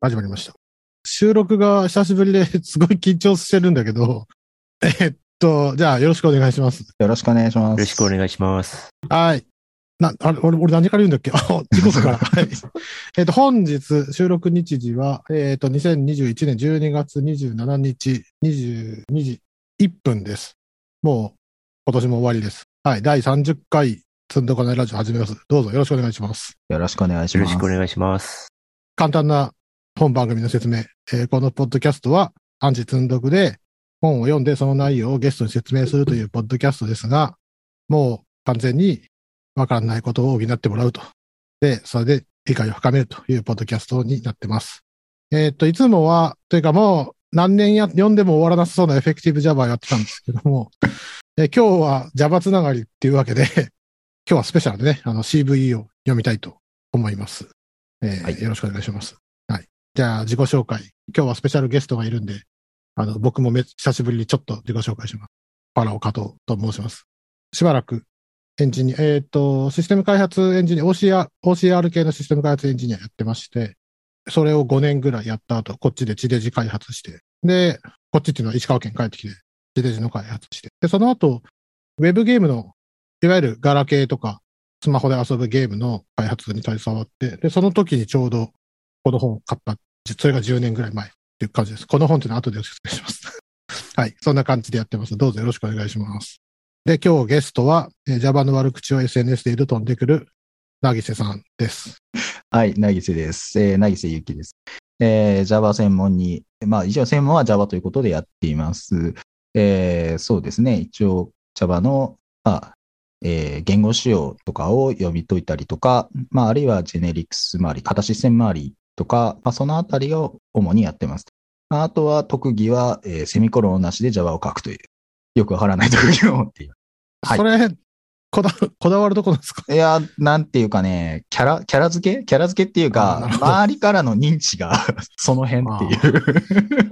始まりました。収録が久しぶりですごい緊張してるんだけど、じゃあよろしくお願いします。 よろしくお願いします。 よろしくお願いします。 はい。俺何から言うんだっけ自己紹介から。はい。本日収録日時は、2021年12月27日22時1分です。もう今年も終わりです。はい。第30回積んどかないラジオ始めます。どうぞよろしくお願いします。 よろしくお願いします。 よろしくお願いします。 簡単な本番組の説明。このポッドキャストは、アンチ積んどくで本を読んでその内容をゲストに説明するというポッドキャストですが、もう完全にわからないことを補ってもらうと。で、それで理解を深めるというポッドキャストになってます。いつもは、というかもう何年読んでも終わらなさそうなエフェクティブ Java をやってたんですけども、今日は Java つながりっていうわけで、今日はスペシャルでね、CV を読みたいと思います。はい、よろしくお願いします。はい。じゃあ自己紹介。今日はスペシャルゲストがいるんで、僕も久しぶりにちょっと自己紹介します。パラオ加藤と申します。しばらくエンジニア、システム開発エンジニア、OCR 系のシステム開発エンジニアやってまして、それを5年ぐらいやった後、こっちで地デジ開発して、で、こっちっていうのは石川県帰ってきて、地デジの開発して、で、その後、ウェブゲームの、いわゆるガラケーとか、スマホで遊ぶゲームの開発に携わって、で、その時にちょうどこの本を買った。それが10年ぐらい前っていう感じです。この本っていうのは後で説明します。はい。そんな感じでやってます。どうぞよろしくお願いします。で、今日ゲストは、Java の悪口を SNS で飛んでくる、なぎせさんです。 はい、なぎせです。なぎせゆきです。Java 専門に、一応専門は Java ということでやっています。そうですね。一応 Java の、言語仕様とかを読み解いたりとか、あるいはジェネリクス周り、型システム周りとか、そのあたりを主にやってます。あとは特技は、セミコロンなしで Java を書くという、よくわからない特技を持っています。 はい。それ、こだわるとこなんですか？ いや、なんていうかね、キャラ付けっていうか、周りからの認知がその辺っていう。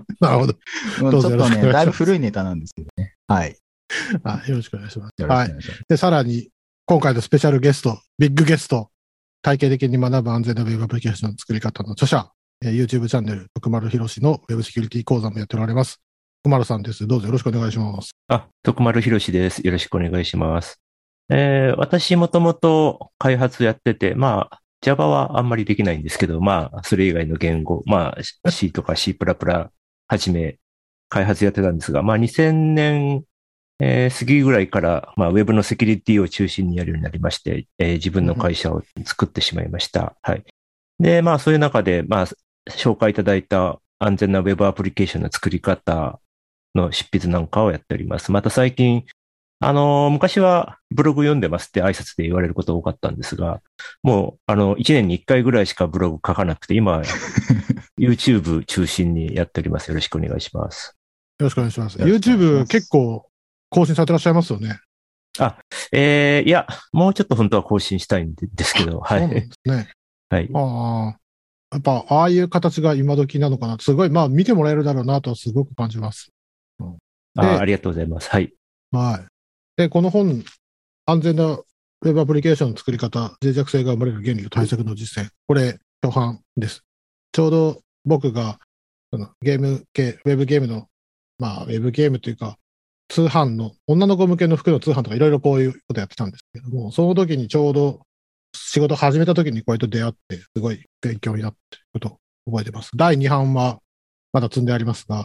なるほど。 ちょっとね、だいぶ古いネタなんですけどね。はい。 よろしくお願いします。 よろしくお願いします。はい。 で、さらに、今回のスペシャルゲスト、ビッグゲスト、体系的に学ぶ安全なウェブアプリケーションの作り方の著者、YouTube チャンネル、徳丸博士のウェブセキュリティ講座もやっておられます。徳丸さんです。どうぞよろしくお願いします。 徳丸博士です。よろしくお願いします。私もともと開発やってて、Java はあんまりできないんですけど、それ以外の言語、C とか C++ はじめ開発やってたんですが、2000年、過ぎぐらいから、ウェブのセキュリティを中心にやるようになりまして、自分の会社を作ってしまいました。はい。で、そういう中で、紹介いただいた安全なウェブアプリケーションの作り方の執筆なんかをやっております。また最近、昔はブログ読んでますって挨拶で言われること多かったんですが、もう、1年に1回ぐらいしかブログ書かなくて、今、YouTube 中心にやっております。よろしくお願いします。 よろしくお願いします。YouTube 結構更新されてらっしゃいますよね。 いや、もうちょっと本当は更新したいんですけど、はい。 そうなんですね。 はい。 やっぱ、ああいう形が今時なのかな。すごい、見てもらえるだろうなとはすごく感じます。 ありがとうございます。はい。 はい。で、この本、安全なウェブアプリケーションの作り方、脆弱性が生まれる原理と対策の実践。これ、初版です。ちょうど僕が、ゲーム系、ウェブゲームの、ウェブゲームというか、通販の、女の子向けの服の通販とかいろいろこういうことやってたんですけども、その時にちょうど仕事始めた時にこれと出会って、すごい勉強になっていることを覚えてます。第2版はまだ積んでありますが、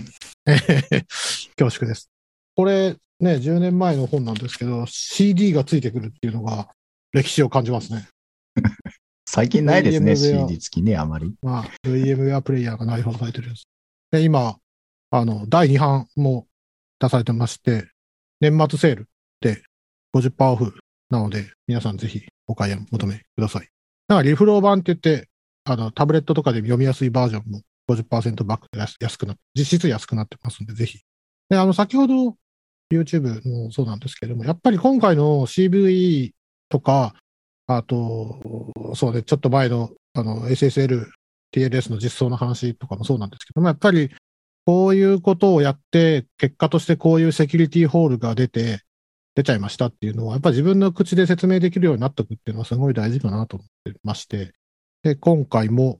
恐縮です。これね、10年前の本なんですけど、CD がついてくるっていうのが歴史を感じますね。 最近ないですね、CD 付きね、あまり。 VMware プレイヤーが内包されてるやつ。で、今、第2版も出されてまして、年末セールで 50% オフなので、皆さんぜひお買い求めください。リフロー版って言って、タブレットとかで読みやすいバージョンも 50% バックで安くなって、実質安くなってますんで、ぜひ。で、先ほど YouTube もそうなんですけども、やっぱり今回の CV とか、あと、そうね、ちょっと前の、SSL、TLS の実装の話とかもそうなんですけども、やっぱり、こういうことをやって、結果としてこういうセキュリティホールが出ちゃいましたっていうのは、やっぱり自分の口で説明できるようになっておくっていうのはすごい大事かなと思ってまして、で、今回も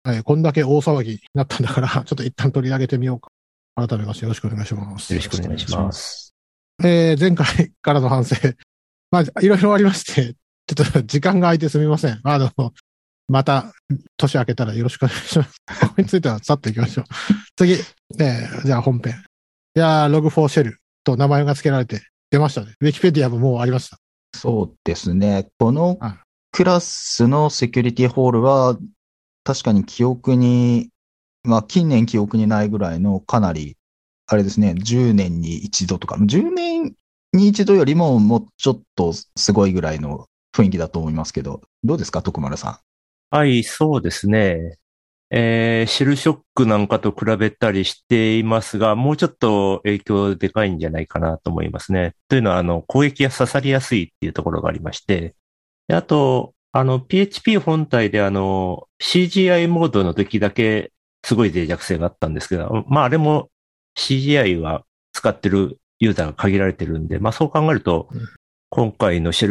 こんだけ大騒ぎになったんだから、ちょっと一旦取り上げてみようか。改めましてよろしくお願いします。 よろしくお願いします。 前回からの反省。まあ、いろいろありまして、ちょっと時間が空いてすみません。また、年明けたらよろしくお願いします。ここについてはさっと行きましょう。次、じゃあ本編。いやー、Log4 シェルと名前が付けられて出ましたね。ウィキペディアももうありました。 そうですね。このクラスのセキュリティホールは、確かに記憶に、まあ近年記憶にないぐらいのかなり、あれですね、10年に一度とか、10年に一度よりももうちょっとすごいぐらいの雰囲気だと思いますけど、どうですか、徳丸さん。 はい、そうですね。シェルショックなんかと比べたりしていますが、もうちょっと影響でかいんじゃないかなと思いますね。というのは、攻撃が刺さりやすいっていうところがありまして、であと、PHP 本体でCGI モードの時だけすごい脆弱性があったんですけど、まああれも CGI は使ってるユーザーが限られてるんで、まあそう考えると、今回の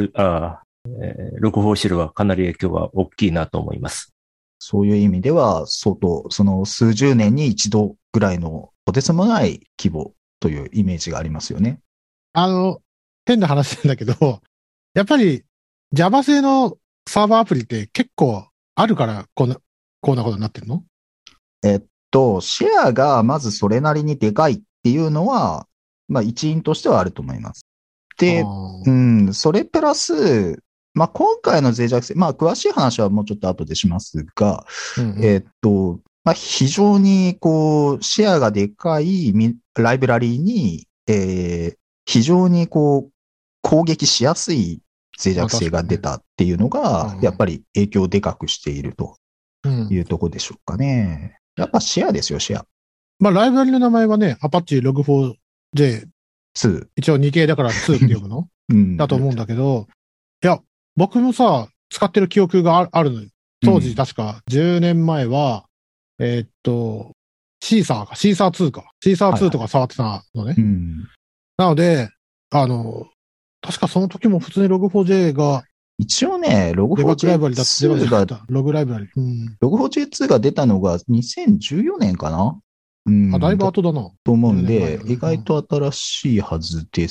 Log4 シェルはかなり影響が大きいなと思います。 そういう意味では、その数十年に一度ぐらいのとてつもない規模というイメージがありますよね。 変な話なんだけど、やっぱり Java 製のサーバーアプリって結構あるから、こんなことになってるの？ シェアがまずそれなりにでかいっていうのは、まあ一因としてはあると思います。で、それプラス、まあ今回の脆弱性、まあ詳しい話はもうちょっと後でしますが、まあ非常にシェアがでかいライブラリーに、非常に攻撃しやすい脆弱性が出たっていうのが、やっぱり影響をでかくしているというところでしょうかね。やっぱシェアですよ、シェア。 まあ、ライブラリの名前はね、Apache Log4j。 2。 一応2系だから2って呼ぶのだと思うんだけど、いや、僕もさ、使ってる記憶があるのよ。当時確か10年前は、シーサー2か。シーサー2とか触ってたのね。なので、確かその時も普通に Log4j が、 一応ね、Log4j2 が、 ログライブラリ。 Log4j2 が出たのが2014年かな？ だいぶ後だな。 と思うんで、意外と新しいはずです。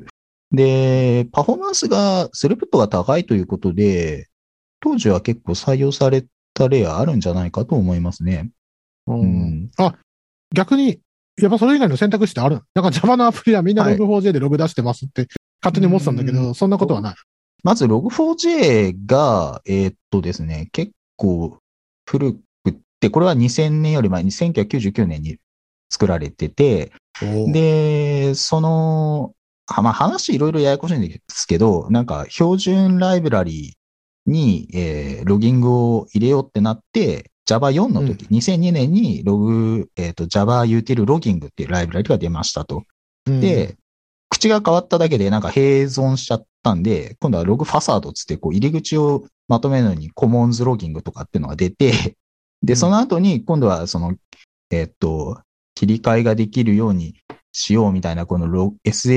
で、パフォーマンスが、スループットが高いということで、当時は結構採用された例あるんじゃないかと思いますね。 逆に、やっぱそれ以外の選択肢ってある？なんか Java のアプリはみんな Log4j でログ出してますって勝手に思ってたんだけど、そんなことはない。 まず Log4j が、ですね、結構古くって、これは2000年より前に1999年に作られてて、で、まあ、話いろいろややこしいんですけど、なんか標準ライブラリに、ロギングを入れようってなって、Java4 の時、2002年にJava Util Logging っていうライブラリが出ましたと。で、口が変わっただけでなんか併存しちゃったんで、今度はログファサードつって入り口をまとめるのにコモンズロギングとかっていうのが出て、で、その後に今度は切り替えができるようにしようみたいなこの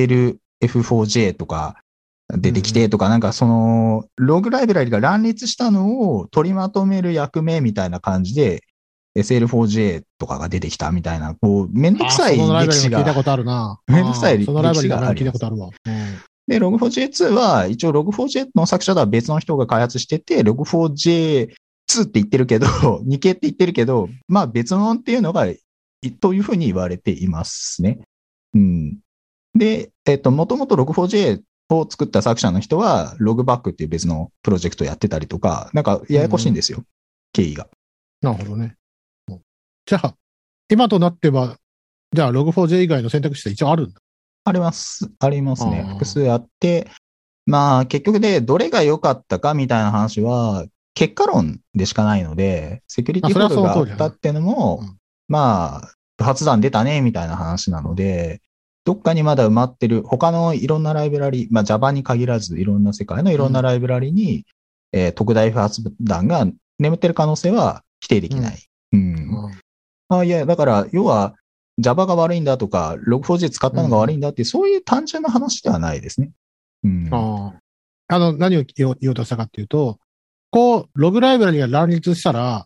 SLF4J とか出てきてとか、なんかログライブラリが乱立したのを取りまとめる役目みたいな感じで、SL4J とかが出てきたみたいな、めんどくさい歴史が。 聞いたことあるな。 めんどくさい歴史があります。 そのライブラリ聞いたことあるわ。 で、Log4j2 は、一応 Log4j の作者とは別の人が開発してて、Log4j2 って言ってるけど、2系って言ってるけど、まあ別物っていうのが、というふうに言われていますね。で、もともと Log4j を作った作者の人は、Logback っていう別のプロジェクトやってたりとか、なんかややこしいんですよ。経緯が。 なるほどね。じゃあ、今となっては、じゃあ Log4j 以外の選択肢って一応あるんだ？ あります。ありますね。複数あって、まあ結局でどれが良かったかみたいな話は、結果論でしかないので、セキュリティフォールがあったっていうのも、まあ、不発弾出たね、みたいな話なので、どっかにまだ埋まってる、他のいろんなライブラリ、まあ Java に限らず、いろんな世界のいろんなライブラリに、特大不発弾が眠ってる可能性は否定できない。いや、だから、要は、Java が悪いんだとか、Log4j 使ったのが悪いんだっていう、そういう単純な話ではないですね。 何を言おうとしたかっていうと、ログライブラリが乱立したら、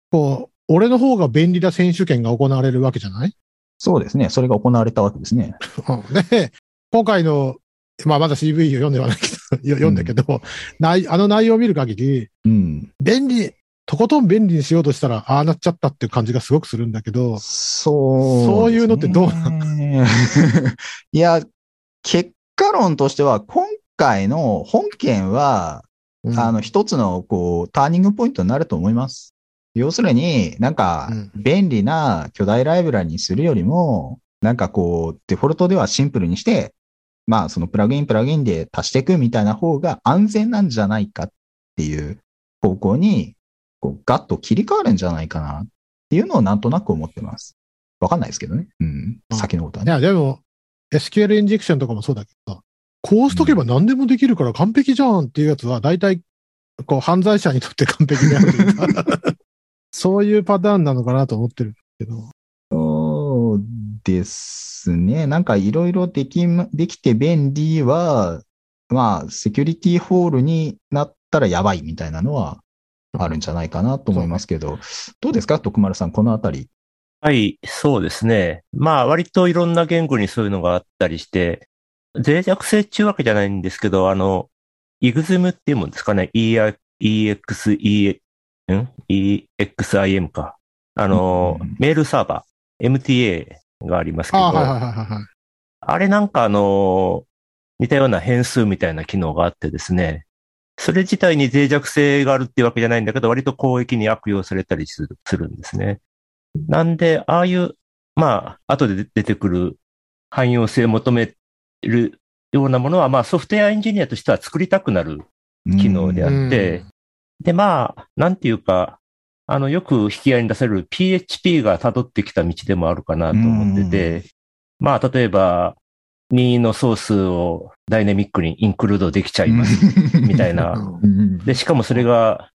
俺の方が便利な選手権が行われるわけじゃない？ そうですね。それが行われたわけですね。 で、今回の、まだ CV を読んではないけど、読んだけど、あの内容を見る限り、とことん便利にしようとしたら、ああなっちゃったっていう感じがすごくするんだけど、そういうのってどうなの？ いや、結果論としては、今回の本件は、一つの、ターニングポイントになると思います。要するに、便利な巨大ライブラリにするよりも、デフォルトではシンプルにして、そのプラグインで足していくみたいな方が安全なんじゃないかっていう方向に、ガッと切り替わるんじゃないかなっていうのをなんとなく思ってます。わかんないですけどね。先のことはね。 いや、でも、SQL インジェクションとかもそうだけど、こうしとけば何でもできるから完璧じゃんっていうやつは、大体、犯罪者にとって完璧であるというか、そういうパターンなのかなと思ってるけど。 そうですね。いろいろできて便利は、セキュリティホールになったらやばいみたいなのはあるんじゃないかなと思いますけど、どうですか、徳丸さん、このあたり。 はい、そうですね。割といろんな言語にそういうのがあったりして、脆弱性っていうわけじゃないんですけど、EXIM っていうもんですかね。EXIM か。メールサーバー、MTA がありますけど、あれ似たような変数みたいな機能があってですね、それ自体に脆弱性があるっていうわけじゃないんだけど、割と攻撃に悪用されたりするんですね。なんで、ああいう、後で出てくる汎用性を求めるようなものは、ソフトウェアエンジニアとしては作りたくなる機能であって、で、なんていうか、よく引き合いに出せる PHP が辿ってきた道でもあるかなと思ってて、例えば、任意のソースをダイナミックにインクルードできちゃいます、みたいな。で、しかもそれが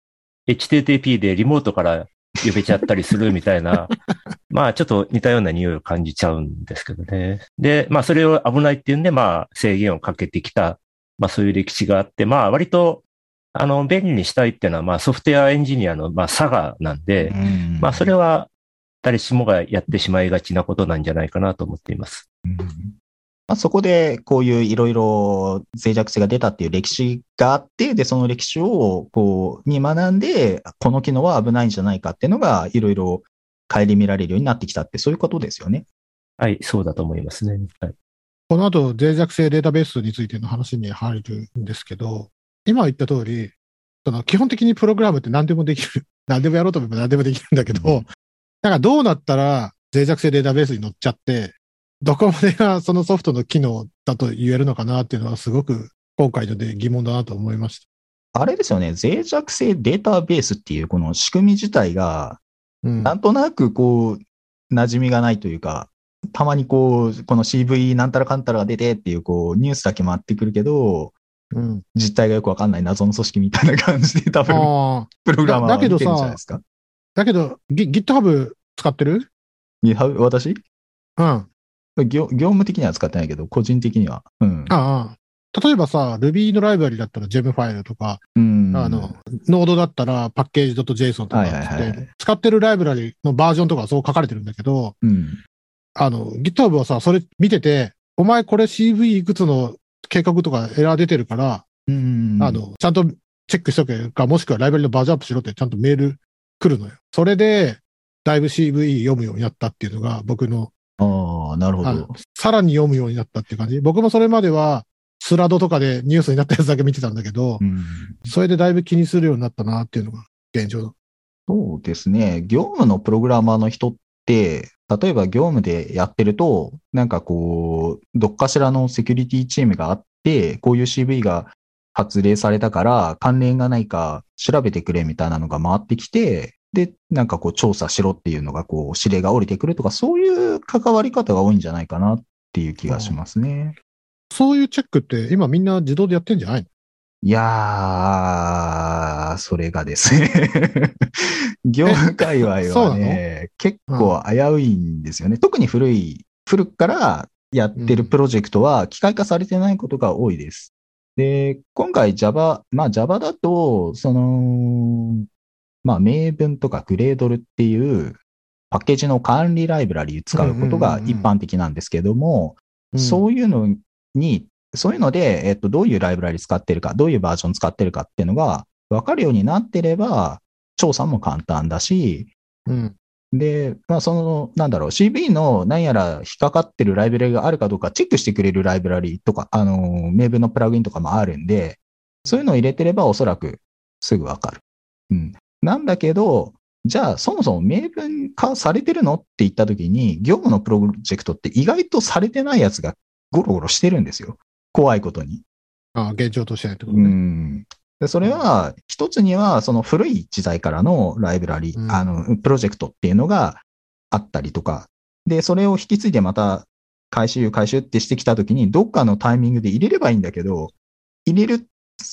HTTP でリモートから呼べちゃったりするみたいな、ちょっと似たような匂いを感じちゃうんですけどね。で、それを危ないっていうんで、制限をかけてきた、そういう歴史があって、割と、便利にしたいっていうのは、ソフトウェアエンジニアの、差がなんで、それは誰しもがやってしまいがちなことなんじゃないかなと思っています。 そこで、こういういろいろ脆弱性が出たっていう歴史があって、で、その歴史を、に学んで、この機能は危ないんじゃないかっていうのが、いろいろ顧みられるようになってきたって、そういうことですよね。 はい、そうだと思いますね。はい、 この後、脆弱性データベースについての話に入るんですけど、今言った通り、基本的にプログラムって何でもできる。何でもやろうと思えば何でもできるんだけど、どうなったら脆弱性データベースに乗っちゃって、どこまでがそのソフトの機能だと言えるのかなっていうのはすごく今回ので疑問だなと思いました。 あれですよね、脆弱性データベースっていうこの仕組み自体が、なんとなく馴染みがないというか、たまにこの CV なんたらかんたらが出てっていうニュースだけ回ってくるけど、実態がよくわかんない謎の組織みたいな感じで多分、プログラマーは見てるんじゃないですか。 だけど、GitHub 使ってる？ GitHub 私？業務的には使ってないけど、個人的には。 例えばさ、Ruby のライブラリだったら Gem ファイルとか、ノードだったら package.json とかって使ってるライブラリのバージョンとかそう書かれてるんだけど、GitHub はさ、それ見てて、お前これ CV いくつの計画とかエラー出てるから、ちゃんとチェックしとけか、もしくはライブラリのバージョンアップしろってちゃんとメール来るのよ。それで、だいぶ CV 読むようになったっていうのが僕の、 なるほど。 さらに読むようになったっていう感じ。僕もそれまでは、スラドとかでニュースになったやつだけ見てたんだけど、それでだいぶ気にするようになったなっていうのが現状だ。 そうですね。業務のプログラマーの人って、例えば業務でやってると、どっかしらのセキュリティチームがあって、こういう CV が発令されたから関連がないか調べてくれみたいなのが回ってきて、で、調査しろっていうのが指令が降りてくるとか、そういう関わり方が多いんじゃないかなっていう気がしますね。 そういうチェックって今みんな自動でやってんじゃないの？ いやー、それがですね。業務界隈はね、結構危ういんですよね。特に古からやってるプロジェクトは機械化されてないことが多いです。で、今回 Java だと、 まあ、明文とかグレードルっていうパッケージの管理ライブラリを使うことが一般的なんですけども、そういうので、どういうライブラリ使ってるか、どういうバージョン使ってるかっていうのが分かるようになってれば、調査も簡単だし、で、まあ、CV の何やら引っかかってるライブラリがあるかどうかチェックしてくれるライブラリとか、明文のプラグインとかもあるんで、そういうのを入れてればおそらくすぐわかる。なんだけど、じゃあそもそも明文化されてるのって言ったときに、業務のプロジェクトって意外とされてないやつがゴロゴロしてるんですよ。怖いことに。 現状としてないってことね。 でそれは、一つには、その古い時代からのライブラリ、プロジェクトっていうのがあったりとか、で、それを引き継いでまた回収ってしてきたときに、どっかのタイミングで入れればいいんだけど、入れ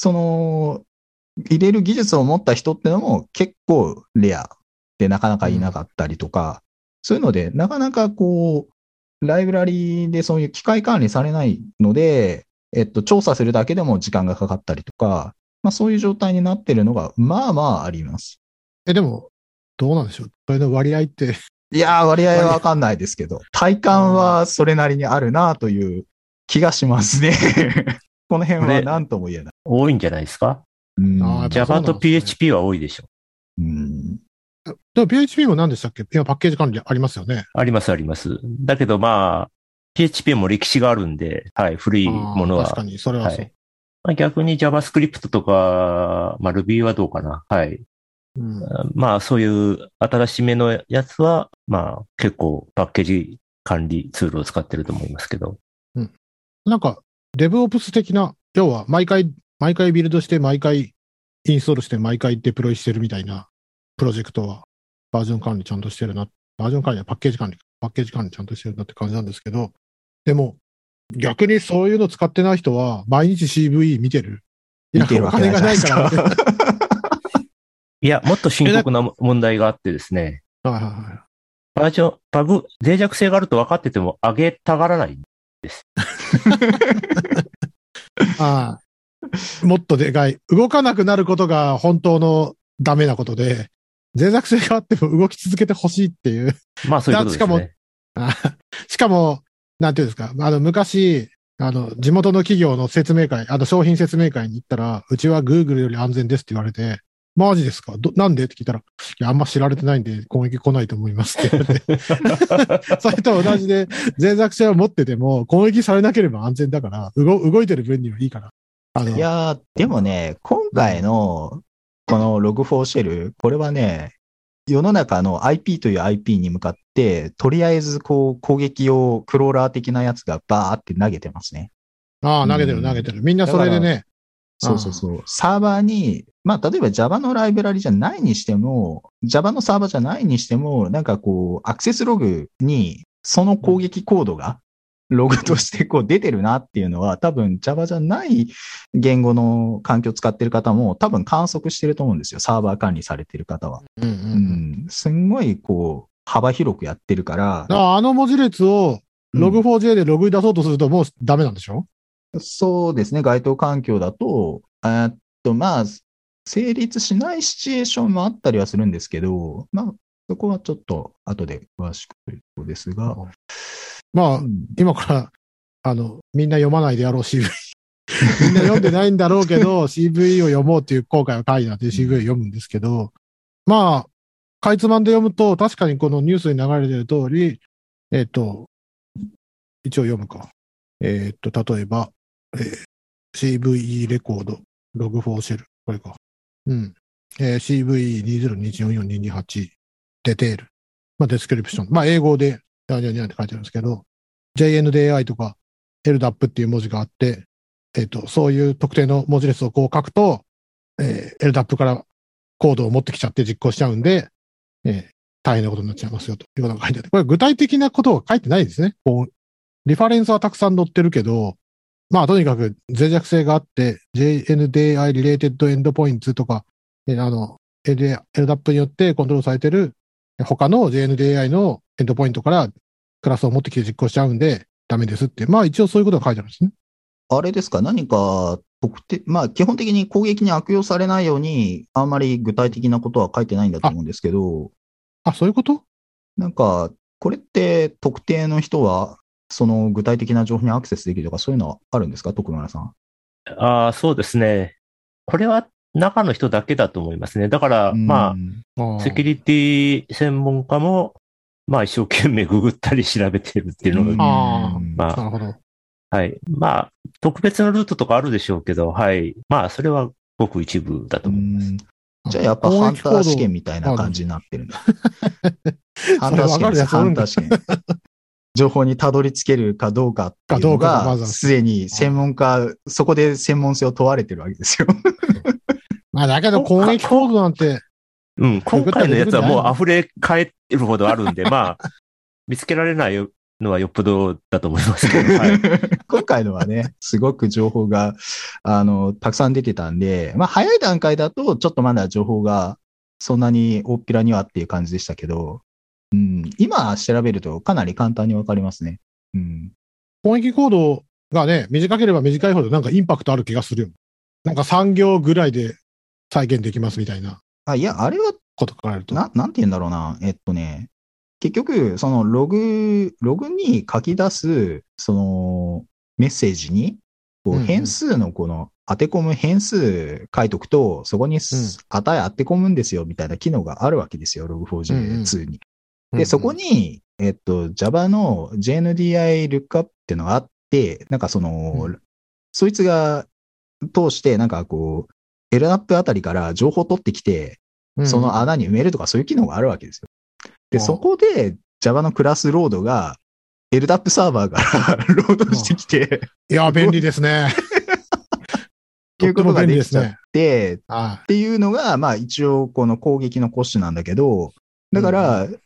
る技術を持った人ってのも結構レアでなかなかいなかったりとか、そういうので、なかなかライブラリでそういう機械管理されないので、調査するだけでも時間がかかったりとか、まあそういう状態になってるのが、まあまああります。 でも、どうなんでしょう。それの割合って。 いやー、割合はわかんないですけど、体感はそれなりにあるなという気がしますね。この辺は何とも言えない。 多いんじゃないですか。Java と PHP は多いでしょ。 でも PHP も何でしたっけ？今パッケージ管理ありますよね。 あります、あります。だけどまあ、PHP も歴史があるんで、はい、古いものは。 確かに、それはそう。 まあ、逆に JavaScript とか、まあ Ruby はどうかな。はい。まあそういう新しめのやつは、まあ結構パッケージ管理ツールを使ってると思いますけど。 なんか、DevOps 的な、要は毎回ビルドして、毎回インストールして、毎回デプロイしてるみたいなプロジェクトは、バージョン管理ちゃんとしてるな。バージョン管理はパッケージ管理ちゃんとしてるなって感じなんですけど、でも、逆にそういうの使ってない人は、毎日 CV 見てる。 見てるわけないじゃないですか。 いや、もっと深刻な問題があってですね。バージョン、脆弱性があると分かってても上げたがらないんです。 もっとでかい。動かなくなることが本当のダメなことで、脆弱性があっても動き続けてほしいっていう。 まあそういうことですね。 しかも、なんていうんですか、昔、地元の企業の説明会、商品説明会に行ったら、うちは Google より安全ですって言われて、マジですかなんでって聞いたら、いや、あんま知られてないんで攻撃来ないと思いますって言われて。それと同じで、脆弱性を持ってても、攻撃されなければ安全だから、動いてる分にはいいから。 いやー、でもね、今回の、この Log4 シェル、これはね、世の中の IP という IP に向かって、とりあえず攻撃用クローラー的なやつがバーって投げてますね。 投げてる。みんなそれでね。 そう。サーバーに、まあ、例えば Java のライブラリじゃないにしても、Java のサーバーじゃないにしても、なんかアクセスログにその攻撃コードがログとして出てるなっていうのは、多分 Java じゃない言語の環境を使ってる方も多分観測してると思うんですよ。サーバー管理されてる方は。すんごい幅広くやってるから。 文字列を Log4j でログに出そうとするともうダメなんでしょ？ そうですね。該当環境だと、まあ、成立しないシチュエーションもあったりはするんですけど、まあ、そこはちょっと後で詳しくということですが。 まあ、今から、みんな読まないであろう CV。みんな読んでないんだろうけど、CV を読もうっていう後悔は書いてあって CV を読むんですけど、まあ、かいつまんで読むと、確かにこのニュースに流れてる通り、一応読むか。例えば、CVE レコード、Log4 シェル、これか。CVE2021442228、デテール。まあ、デスクリプション。まあ、英語で、って書いてあるんですけど、JNDI とか LDAP っていう文字があって、そういう特定の文字列を書くと、LDAP からコードを持ってきちゃって実行しちゃうんで、大変なことになっちゃいますよということが書いてあって、これ具体的なことは書いてないですね。リファレンスはたくさん載ってるけど、まあとにかく脆弱性があって、JNDI Related Endpoints とか、LDAP によってコントロールされてる他の JNDI のエンドポイントからクラスを持ってきて実行しちゃうんでダメですって。まあ一応そういうことが書いてあるんですね。 あれですか、何かまあ基本的に攻撃に悪用されないように、あんまり具体的なことは書いてないんだと思うんですけど、 あ、そういうこと？ なんか、これって特定の人は、その具体的な情報にアクセスできるとかそういうのはあるんですか、徳村さん。 ああ、そうですね。これは中の人だけだと思いますね。だから、まあ、セキュリティ専門家も、まあ一生懸命ググったり調べてるっていうのが、まあ、 なるほど。 はい。まあ、特別なルートとかあるでしょうけど、はい。まあ、それはごく一部だと思います。 じゃあやっぱハンター試験みたいな感じになってるんだ。ハンター試験です。ハンター試験。情報にたどり着けるかどうかっていうのが、すでに専門家、そこで専門性を問われてるわけですよ。 まあだけど攻撃コードなんて、 今回のやつはもう溢れ返るほどあるんで、まあ、見つけられないのはよっぽどだと思いますけど、はい、 今回のはね、すごく情報が、たくさん出てたんで、まあ早い段階だとちょっとまだ情報がそんなに大っぴらにはっていう感じでしたけど、今調べるとかなり簡単にわかりますね。 攻撃コードがね、短ければ短いほどなんかインパクトある気がするよ。なんか3行ぐらいで再現できますみたいな。 いや、あれは、 こと書かれると。 なんて言うんだろうな。結局、そのログに書き出す、そのメッセージに、こう変数のこの当て込む変数書いとくと、そこに値当て込むんですよみたいな機能があるわけですよ、Log4j2 に。で、そこに、Java の JNDI Lookup っていうのがあって、なんかその、そいつが通して、なんかこう、LDAP あたりから情報を取ってきて、その穴に埋めるとかそういう機能があるわけですよ。で、そこで Java のクラスロードが LDAP サーバーからロードしてきて。 いや、便利ですね。 っていうことができちゃって、っていうのが、まあ一応この攻撃のコストなんだけど、だから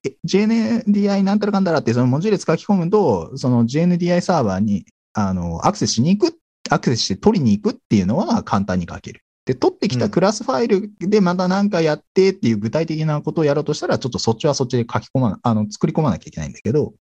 、JNDI なんたらかんたらってその文字列書き込むと、その JNDI サーバーに、アクセスして取りに行くっていうのは簡単に書ける。で、取ってきたクラスファイルでまた何かやってっていう具体的なことをやろうとしたら、ちょっとそっちはそっちで作り込まなきゃいけないんだけど。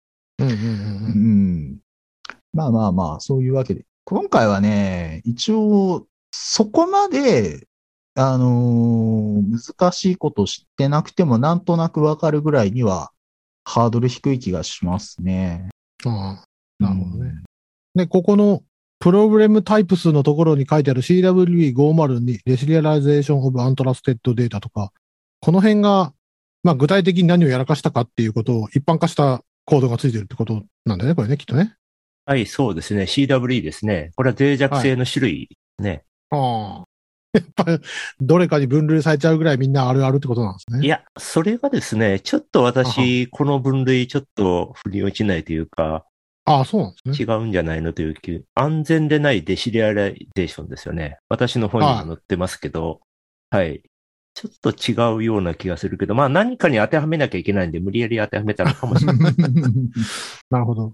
まあまあまあ、そういうわけで。今回はね、一応、そこまで、難しいこと知ってなくてもなんとなくわかるぐらいには、ハードル低い気がしますね。 なるほどね。で、ここの、プログラムタイプ数のところに書いてある CWE502 レシリアライゼーションオブアントラステッドデータとか、この辺が、まあ具体的に何をやらかしたかっていうことを一般化したコードがついてるってことなんだよね、これね、きっとね。 はい、そうですね。CWE ですね。これは脆弱性の種類ね。 やっぱり、どれかに分類されちゃうぐらいみんなあるあるってことなんですね。 いや、それがですね、ちょっと私、この分類ちょっと振り落ちないというか、 そうなんですね。違うんじゃないのという、安全でないデシリアライゼーションですよね。私の本にも載ってますけど、はい。ちょっと違うような気がするけど、まあ何かに当てはめなきゃいけないんで、無理やり当てはめたのかもしれない。 なるほど。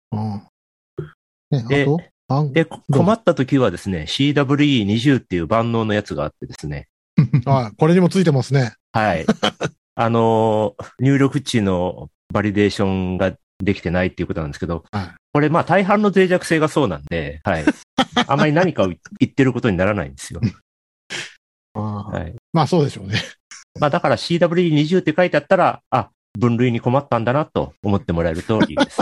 で、困った時はですね、CWE20 っていう万能のやつがあってですね。 これにもついてますね。 はい。入力値のバリデーションができてないっていうことなんですけど、これまあ大半の脆弱性がそうなんで、はい。あまり何かを言ってることにならないんですよ。 はい。まあそうでしょうね。 まあだから CWE20 って書いてあったら、分類に困ったんだなと思ってもらえるといいです。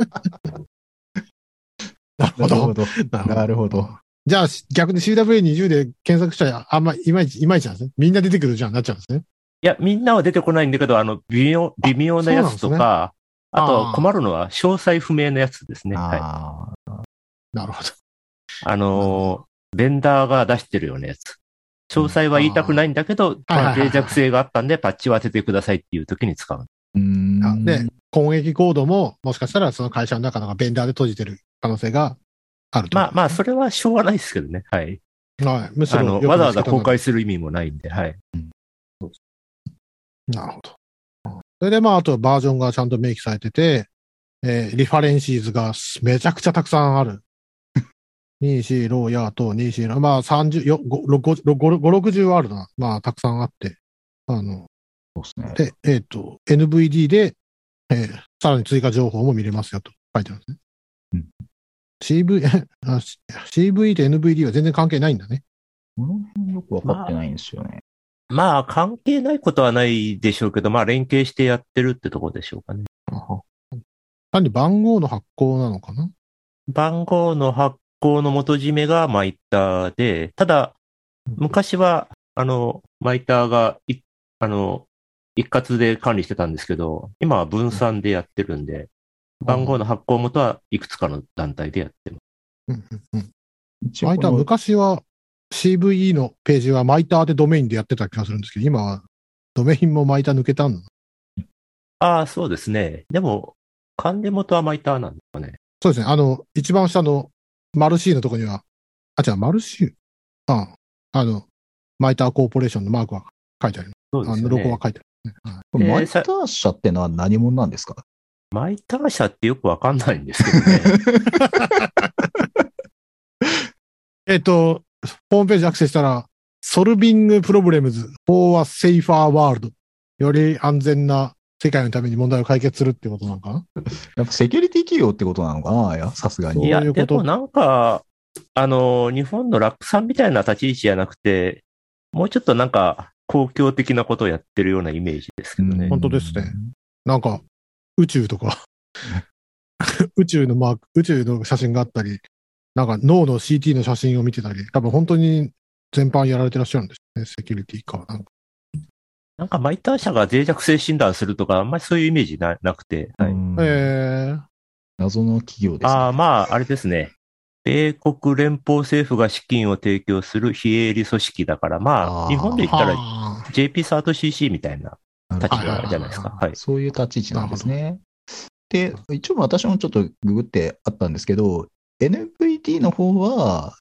なるほど。 じゃあ逆に CWE20 で検索したらあんまいまいちなんですね。みんな出てくるじゃんなっちゃうんですね。 いや、みんなは出てこないんだけど、微妙なやつとか、あと困るのは詳細不明なやつですね。はい。 なるほど。 ベンダーが出してるようなやつ。詳細は言いたくないんだけど、脆弱性があったんでパッチを当ててくださいっていう時に使う。 で、攻撃コードももしかしたらその会社の中のベンダーで閉じてる可能性があると。 まあ、それはしょうがないですけどね。はい。 むしろわざわざ公開する意味もないんで、はい。 なるほど。それであとバージョンがちゃんと明記されてて、リファレンシーズがめちゃくちゃたくさんある。24ローヤーと24、30、5、60あるな。たくさんあって。 そうですね。で、NVD で、さらに追加情報も見れますよと書いてあるんですね。 CV、CV と NVD は全然関係ないんだね。 この辺よくわかってないんですよね。 まあ、関係ないことはないでしょうけど、まあ、連携してやってるってとこでしょうかね。 単に番号の発行なのかな。 番号の発行の元締めがマイターで、ただ、昔は、マイターが一括で管理してたんですけど、今は分散でやってるんで、番号の発行元はいくつかの団体でやってます。 うんうんうん。 一応マイター、昔は CVE のページはマイターでドメインでやってた気がするんですけど、今はドメインもマイター抜けたんだ。 ああ、そうですね。でも、管理元はマイターなんですかね。 そうですね。一番下のマル C のところには、違う、マル C。マイターコーポレーションのマークは書いてある。 そうですよロゴはね。 書いてある、ね。 マイター社ってのは何者なんですか？ マイター社ってよくわかんないんですけどね。 ホームページアクセスしたら、Solving Problems for a Safer World。より安全な世界のために問題を解決するってことなのかな。 やっぱセキュリティ企業ってことなのかな、いや、さすがに。 いや、 そういうことでもなんか、日本のラックさんみたいな立ち位置じゃなくて、もうちょっとなんか、公共的なことをやってるようなイメージですけどね。 本当ですね。なんか、宇宙とか、宇宙のマーク、宇宙の写真があったり、なんか脳の CT の写真を見てたり、多分本当に全般やられてらっしゃるんですね。セキュリティか。 なんかマイター社が脆弱性診断するとか、あんまりそういうイメージなくて。はい。 謎の企業ですね。 まあ、あれですね。米国連邦政府が資金を提供する非営利組織だから、まあ、日本で言ったら JP3CC みたいな立場じゃないですか。はい。 そういう立ち位置なんですね。で、一応私もちょっとググってあったんですけど、NVT の方は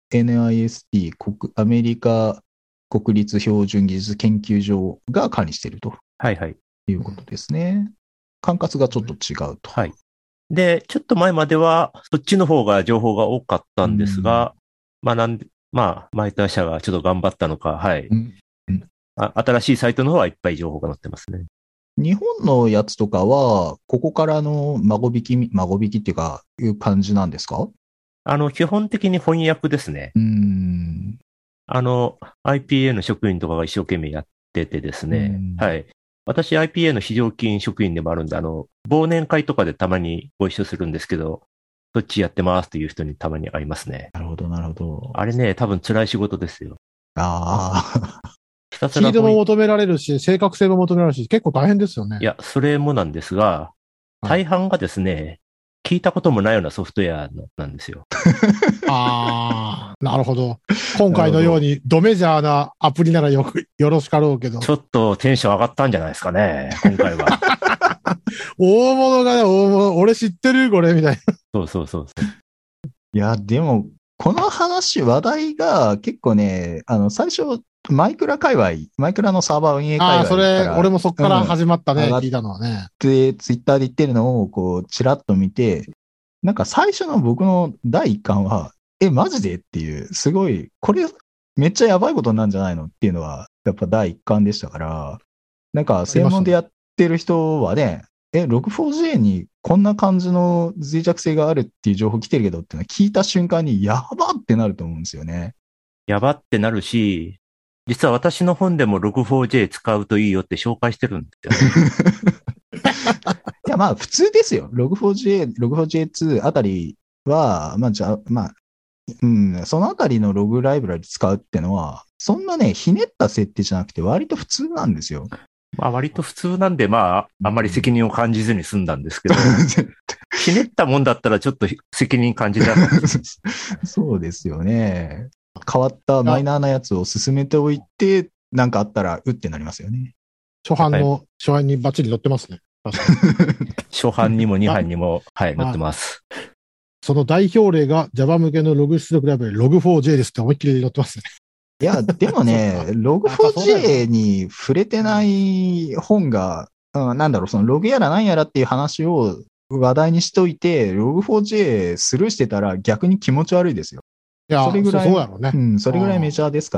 NIST アメリカ国立標準技術研究所が管理していると。 はいはい。 いうことですね。管轄がちょっと違うと。 はい。で、ちょっと前までは、そっちの方が情報が多かったんですが、マイター社がちょっと頑張ったのか、はい。新しいサイトの方はいっぱい情報が載ってますね。 日本のやつとかは、ここからの孫引きっていうか、いう感じなんですか？ 基本的に翻訳ですね。IPA の職員とかが一生懸命やっててですね。はい。私 IPA の非常勤職員でもあるんで、忘年会とかでたまにご一緒するんですけど、どっちやってますっていう人にたまに会いますね。 なるほど、なるほど。 あれね、多分辛い仕事ですよ。 スピードも求められるし、正確性も求められるし、結構大変ですよね。 いや、それもなんですが、大半がですね、聞いたこともないようなソフトウェアなんですよ。 なるほど。今回のようにドメジャーなアプリならよろしかろうけど。 ちょっとテンション上がったんじゃないですかね、今回は。 大物がね、大物。俺知ってるこれみたいな。そう。 いや、でも、この話題が結構ね、最初、マイクラのサーバー運営界隈それ、俺もそっから始まったね、聞いたのはね。 で、ツイッターで言ってるのを、こう、ちらっと見て、なんか最初の僕の第一感は、マジでっていう、すごい、これ、めっちゃやばいことなんじゃないのっていうのは、やっぱ第一感でしたから、なんか、専門でやってる人はね、Log4j にこんな感じの脆弱性があるっていう情報来てるけどっていうのは聞いた瞬間に、やばってなると思うんですよね。 やばってなるし、実は私の本でも Log4j 使うといいよって紹介してるんですよ。 いや、まあ、普通ですよ。Log4j、Log4j2 あたりは、そのあたりのログライブラリ使うってのは、そんなね、ひねった設定じゃなくて割と普通なんですよ。 まあ割と普通なんで、あんまり責任を感じずに済んだんですけど、ひねったもんだったらちょっと責任感じた。 そうですよね。変わったマイナーなやつを進めておいて、なんかあったら、ってなりますよね。 初版にバッチリ載ってますね。 初版にも2版にも、はい、載ってます。 その代表例が Java 向けのログ出力ライブラリ Log4j ですって思いっきり載ってますね。 いや、でもね、Log4j に触れてない本が、そのログやら何やらっていう話を話題にしといて、Log4j スルーしてたら逆に気持ち悪いですよ。 いや、 それぐらい、 そうやろうね。 それぐらいメジャーですから。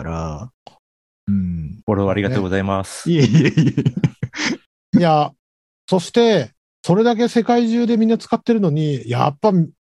フォローありがとうございます。 いえ。 いや、そして、それだけ世界中でみんな使ってるのに、やっぱ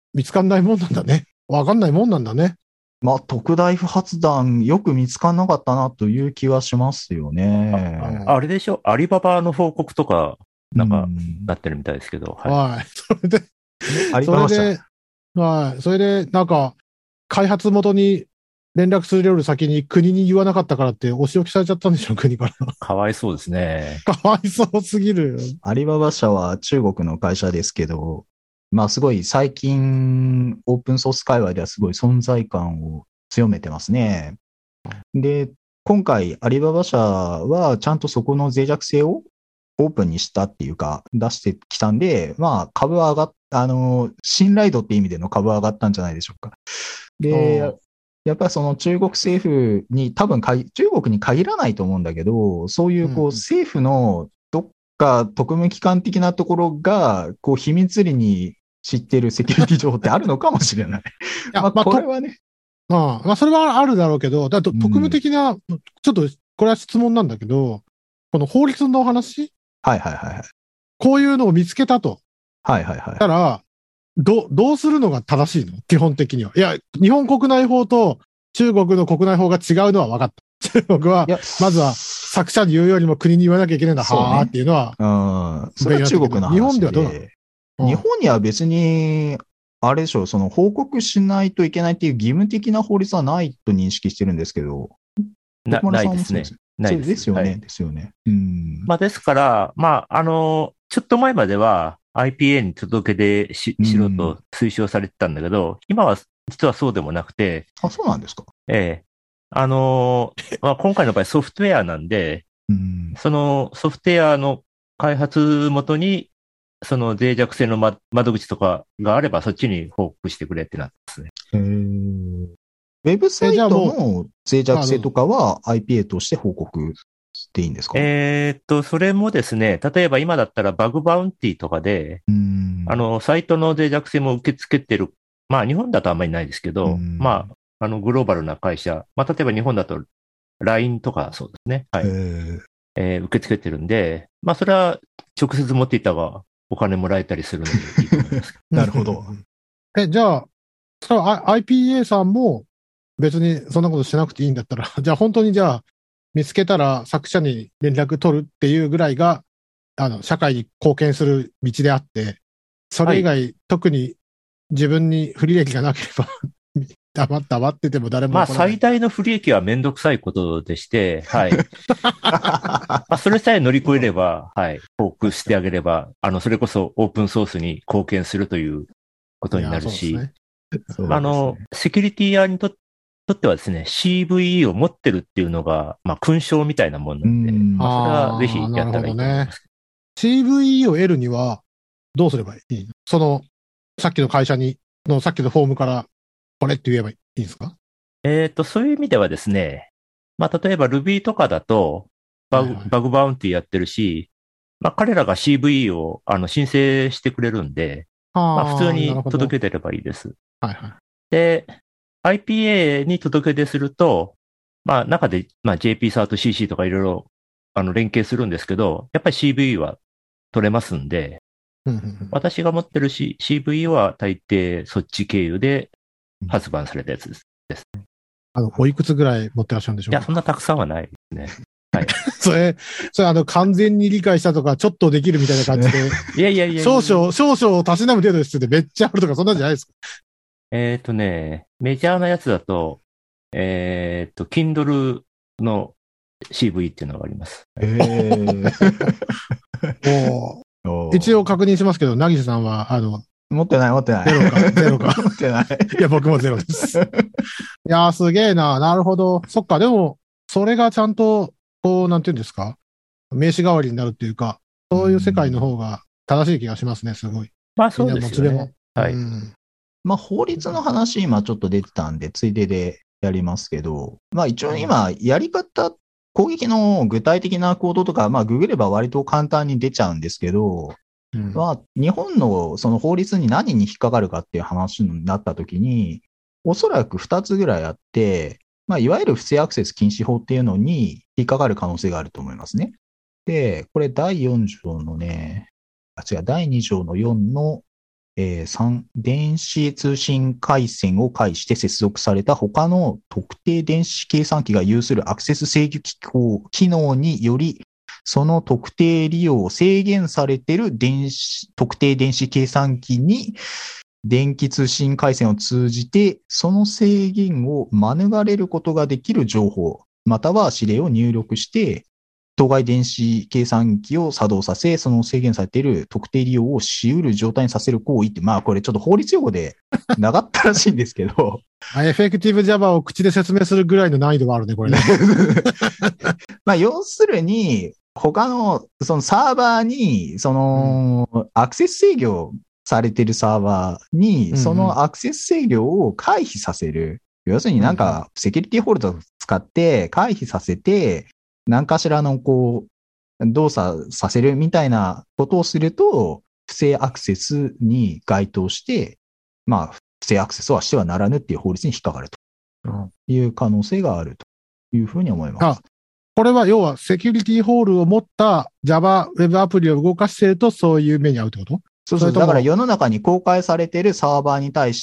見つかんないもんなんだね。わかんないもんなんだね。 まあ、特大不発弾、よく見つからなかったなという気はしますよね。 あれでしょ、アリババの報告とか、なんか、 うんなってるみたいですけど、はい。 はい。それで、 アリババ社。 それで、はい。それで、なんか、開発元に連絡するより先に国に言わなかったからってお仕置きされちゃったんでしょ、国から。 かわいそうですね。 かわいそうすぎるよ。 アリババ社は中国の会社ですけど、まあすごい最近オープンソース界隈ではすごい存在感を強めてますね。で、今回アリババ社はちゃんとそこの脆弱性をオープンにしたっていうか出してきたんで、まあ株は上がっ、信頼度って意味での株は上がったんじゃないでしょうか。で、やっぱりその中国政府に多分中国に限らないと思うんだけど、そういうこう政府のどっか特務機関的なところがこう秘密裏に知ってるセキュリティ情報ってあるのかもしれない。 や、 まあこれはね。 まあ、それはあるだろうけど、特務的な、ちょっと、これは質問なんだけど、この法律の話はいはいはいはい。 こういうのを見つけたと。 はいはいはい。 たら、どうするのが正しいの基本的には。いや、日本国内法と中国の国内法が違うのは分かった。中国は、まずは作者に言うよりも国に言わなきゃいけないんだ、はーっていうのは。 それは中国の話で。 日本ではどうなの？ 日本には別に、あれでしょう、その報告しないといけないっていう義務的な法律はないと認識してるんですけど。 ないですね。ないです。 ですよね、ですよね。 まあですから、まあ、ちょっと前までは IPA に届け出しろと推奨されてたんだけど、今は実はそうでもなくて。 あ、そうなんですか。 ええ。まあ、今回の場合ソフトウェアなんで、そのソフトウェアの開発元に、その脆弱性の窓口とかがあれば、そっちに報告してくれってなってますね。 ウェブサイトの脆弱性とかは IPA として報告していいんですか？ それもですね、例えば今だったらバグバウンティとかで、サイトの脆弱性も受け付けてる。まあ日本だとあんまりないですけど、まあ、グローバルな会社、まあ例えば日本だと LINE とかそうですね。はい。受け付けてるんで、まあそれは直接持っていった方がお金もらえたりするのでいいと思います。 なるほど。 じゃあ、IPA さんも別にそんなことしなくていいんだったら、じゃあ本当にじゃあ見つけたら作者に連絡取るっていうぐらいが、社会に貢献する道であって、それ以外、特に自分に不利益がなければ黙ってても誰も。 まあ最大の不利益はめんどくさいことでして、はい。まあそれさえ乗り越えれば、はい。報告してあげれば、それこそオープンソースに貢献するということになるし、セキュリティアにとってはですね、CVE を持ってるっていうのが、まあ勲章みたいなもんなんで、まあそれはぜひやったらいいと思います。 CVE を得るにはどうすればいいの？さっきの会社さっきのフォームからこれって言えばいいんですか？ そういう意味ではですね、まあ、例えば Ruby とかだとバグバウンティやってるし、まあ、彼らが CVE を申請してくれるんで、まあ、普通に届け出ればいいです。 はいはい。 で、IPA に届け出すると、まあ、中で、まあ、JP サート CC とかいろいろ、連携するんですけど、やっぱり CVE は取れますんで、私が持ってるCVE は大抵そっち経由で発売されたやつです。 おいくつぐらい持ってらっしゃるんでしょうか？ いや、そんなたくさんはないですね。はい。 それ完全に理解したとか、ちょっとできるみたいな感じで。 いや。 少々たしなむ程度ですってめっちゃあるとか、そんなんじゃないですか？ メジャーなやつだと、Kindle の CV っていうのがあります。 一応確認しますけど、なぎささんは、 持ってない。 ゼロか。 持ってない。 いや、僕もゼロです。いやー、すげえな。なるほど。そっか、でも、それがちゃんと、こう、なんていうんですか、名刺代わりになるっていうか、そういう世界の方が正しい気がしますね、すごい。 まあ、そうですよね。はい。 まあ、法律の話、今ちょっと出てたんで、ついででやりますけど、まあ、一応今、やり方、攻撃の具体的な行動とか、まあ、ググれば割と簡単に出ちゃうんですけど、まあ、日本のその法律に何に引っかかるかっていう話になったときに、おそらく2つぐらいあって、まあ、いわゆる不正アクセス禁止法っていうのに引っかかる可能性があると思いますね。で、これ第4条のね、第2条の4の 3、電子通信回線を介して接続された他の特定電子計算機が有するアクセス制御機能により、その特定利用を制限されている特定電子計算機に電気通信回線を通じて、その制限を免れることができる情報、または指令を入力して、当該電子計算機を作動させ、その制限されている特定利用をし得る状態にさせる行為って、まあこれちょっと法律用語でなかったらしいんですけど。 エフェクティブ Java を口で説明するぐらいの難易度があるね、これね。 まあ要するに、他の、そのサーバーに、アクセス制御されているサーバーに、そのアクセス制御を回避させる。要するになんか、セキュリティホールドを使って回避させて、何かしらの動作させるみたいなことをすると、不正アクセスに該当して、まあ、不正アクセスはしてはならぬっていう法律に引っかかるという可能性があるというふうに思います。 これは要はセキュリティホールを持った Java ウェブアプリを動かしているとそういう目に遭うってこと？ そう。だから世の中に公開されているサーバーに対して、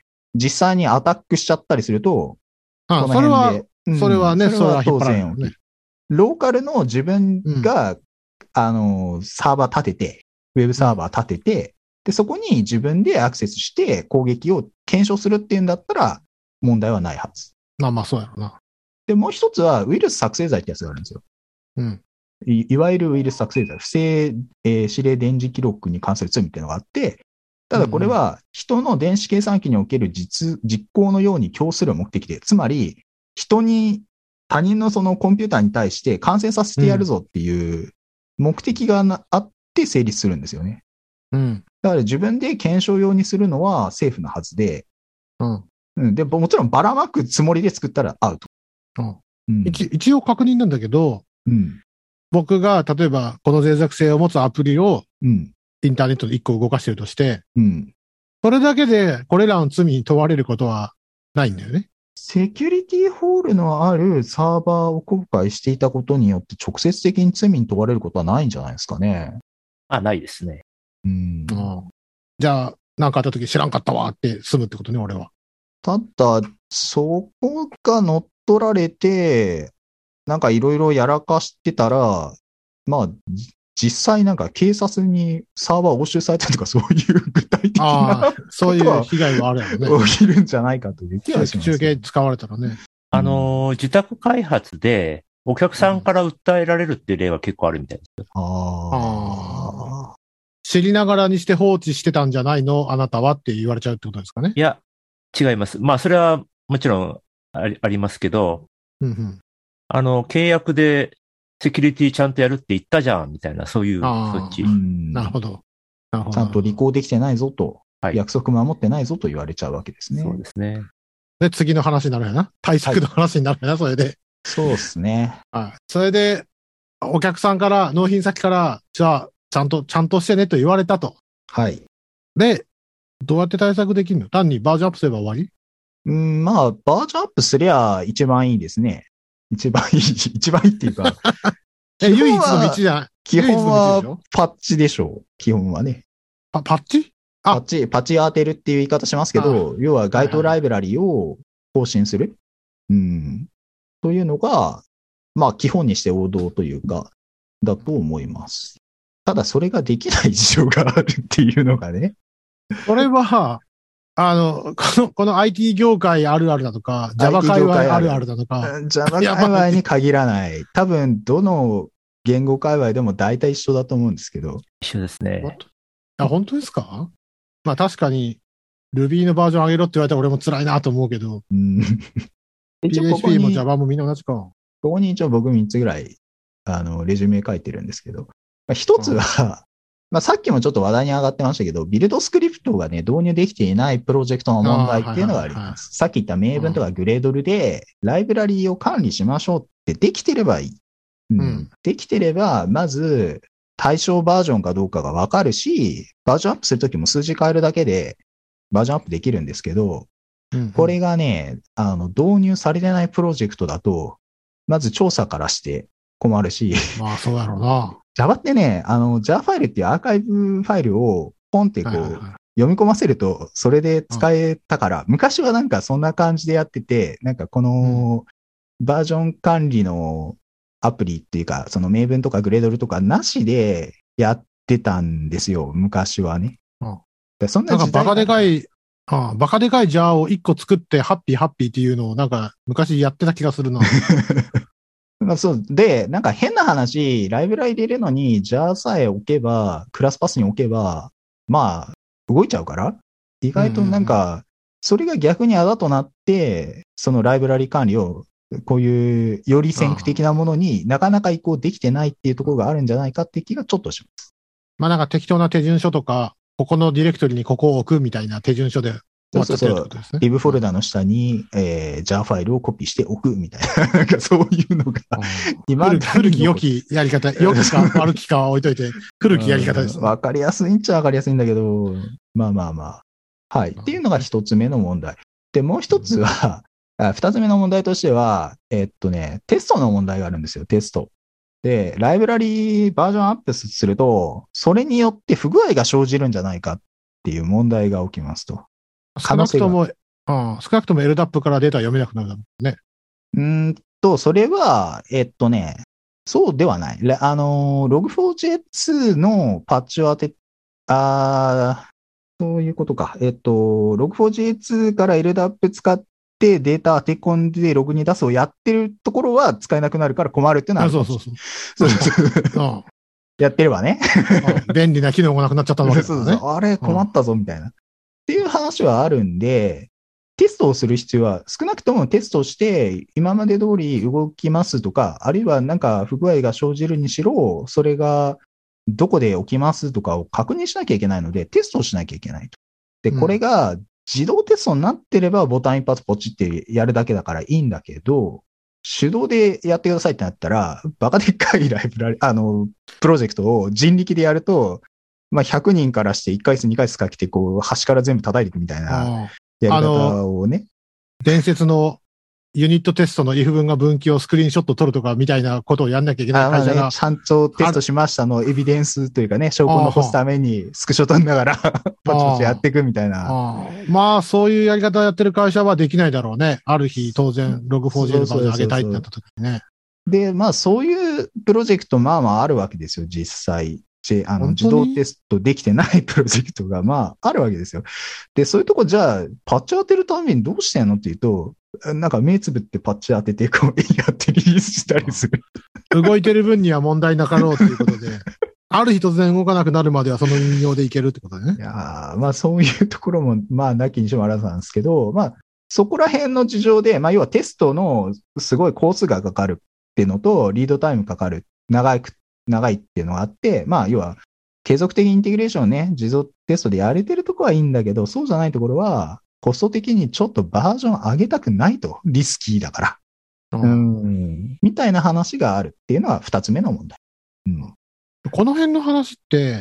実際にアタックしちゃったりすると、 それはね、それは当然ね。 ローカルの自分が、サーバー立てて、ウェブサーバー立てて、で、そこに自分でアクセスして攻撃を検証するっていうんだったら問題はないはず。 まあそうやろな。 で、もう一つはウイルス作成罪ってやつがあるんですよ。いわゆるウイルス作成罪、不正、指令電磁記録に関する罪っていうのがあって、ただこれは人の電子計算機における実行のように供する目的で、つまり他人のそのコンピューターに対して感染させてやるぞっていう目的があって成立するんですよね。だから自分で検証用にするのはセーフなはずで、で、もちろんばらまくつもりで作ったらアウト。 一応確認なんだけど、僕が例えばこの脆弱性を持つアプリをインターネットで1個動かしてるとして、それだけでこれらの罪に問われることはないんだよね。 セキュリティホールのあるサーバーを公開していたことによって直接的に罪に問われることはないんじゃないですかね。 ないですね。 じゃあ、なんかあった時知らんかったわって済むってことね、俺は。 ただ、そこが乗っ取られて、なんかいろいろやらかしてたら、まあ、実際なんか警察にサーバー押収されたりとかそういう具体的なそういう被害はあるやろね。 起きるんじゃないかという気がします。 中継使われたらね。 自宅開発でお客さんから訴えられるっていう例は結構あるみたいですよ。 知りながらにして放置してたんじゃないのあなたはって言われちゃうってことですかね。 いや、違います。まあ、それはもちろんありますけど、契約でセキュリティちゃんとやるって言ったじゃんみたいな、そういうそっち。 なるほど。 ちゃんと履行できてないぞと、約束守ってないぞと言われちゃうわけですね。 そうですね。 で、次の話になるやな。対策の話になるやな、それで。 そうですね。 それで、お客さんから、納品先から、じゃあ、ちゃんとしてねと言われたと。で、どうやって対策できるの？単にバージョンアップすれば終わり？ まあ、バージョンアップすりゃ一番いいですね。一番いいっていうか。 唯一の道じゃん。 基本はパッチでしょう。基本はね。 パッチ？ パッチ当てるっていう言い方しますけど、要は該当ライブラリを更新する。というのが、まあ基本にして王道というか、だと思います。ただそれができない事情があるっていうのがね。 これは、この IT 業界あるあるだとか、Java 界隈あるあるだとか。 Java 界隈に限らない。多分、どの言語界隈でも大体一緒だと思うんですけど。 一緒ですね。 本当ですか？まあ確かに、Ruby のバージョン上げろって言われたら俺も辛いなと思うけど。PHP も Java もみんな同じか。 ここに一応僕3つぐらい、レジュメ書いてるんですけど。一つは、さっきもちょっと話題に上がってましたけど、ビルドスクリプトがね、導入できていないプロジェクトの問題っていうのがあります。さっき言った明文とかグレードルで、ライブラリーを管理しましょうってできてればいい。できてれば、まず、対象バージョンかどうかがわかるし、バージョンアップするときも数字変えるだけで、バージョンアップできるんですけど、これがね、導入されてないプロジェクトだと、まず調査からして困るし。 まあ、そうだろうな。 Java ってね、Java ファイルっていうアーカイブファイルをポンって読み込ませると、それで使えたから、昔はなんかそんな感じでやってて、なんかこのバージョン管理のアプリっていうか、その明文とかグレードルとかなしでやってたんですよ、昔はね。でそんな時代なんかバカでかい、バカでかいジャーを1個作ってハッピーハッピーっていうのをなんか昔やってた気がするな。 まあそう。で、なんか変な話、ライブラリ入れるのに jar さえ置けば、クラスパスに置けば、まあ、動いちゃうから、意外となんか、それが逆にあだとなって、そのライブラリ管理を、こういうより先駆的なものになかなか移行できてないっていうところがあるんじゃないかっていう気がちょっとします。 まあなんか適当な手順書とか、ここのディレクトリにここを置くみたいな手順書で終わっちゃってるってことですね。 リブフォルダの下に、jar ファイルをコピーしておくみたいな、なんかそういうのが、 古き良きやり方、良きか悪きかは置いといて、古きやり方です、ね。 わかりやすいんちゃわかりやすいんだけど、まあまあまあ。はい。っていうのが一つ目の問題。で、もう一つは、二つ目の問題としては、テストの問題があるんですよ、テスト。で、ライブラリバージョンアップすると、それによって不具合が生じるんじゃないかっていう問題が起きますと。 少なくとも LDAP からデータ読めなくなるんだもんね。 それは、そうではない。Log4j2 のパッチをそういうことか。Log4j2 から LDAP 使ってデータ当て込んでログに出すをやってるところは使えなくなるから困るっていうのはあるかもしれない。そう。やってればね。 便利な機能がなくなっちゃったわけですからね。 そうあれ困ったぞみたいな。っていう話はあるんで、テストをする必要は、少なくともテストして、今まで通り動きますとか、あるいはなんか不具合が生じるにしろ、それがどこで起きますとかを確認しなきゃいけないので、テストをしなきゃいけないと。で、これが自動テストになってれば、ボタン一発ポチってやるだけだからいいんだけど、手動でやってくださいってなったら、バカでっかいライブラリ、プロジェクトを人力でやると、まあ、100人からして1回数2回数かけて、こう、端から全部叩いていくみたいなやり方をね。 伝説のユニットテストの if 文が分岐をスクリーンショット撮るとかみたいなことをやんなきゃいけない会社が。 ちゃんとテストしましたのエビデンスというかね、証拠を残すためにスクショ撮りながらパチパチやっていくみたいな。 まあ、そういうやり方をやってる会社はできないだろうね。ある日、当然、Log4j のバージョン上げたいってなった時にね。 で、まあ、そういうプロジェクト、まあまああるわけですよ、実際。自動テストできてないプロジェクトが、まあ、あるわけですよ。で、そういうとこ、じゃあ、パッチ当てるためにどうしてんのっていうと、なんか目つぶってパッチ当てて、こう、やってリリースしたりする。 動いてる分には問題なかろうということで、ある日突然動かなくなるまではその運用でいけるってことね。 いやまあ、そういうところも、まあ、なきにしもあらずなんですけど、まあ、そこら辺の事情で、まあ、要はテストのすごい工数がかかるっていうのと、リードタイムかかる、長いっていうのがあって、まあ、要は、継続的インテグレーションをね、自動テストでやれてるところはいいんだけど、そうじゃないところは、コスト的にちょっとバージョン上げたくないと。リスキーだから。みたいな話があるっていうのは二つ目の問題。 この辺の話って、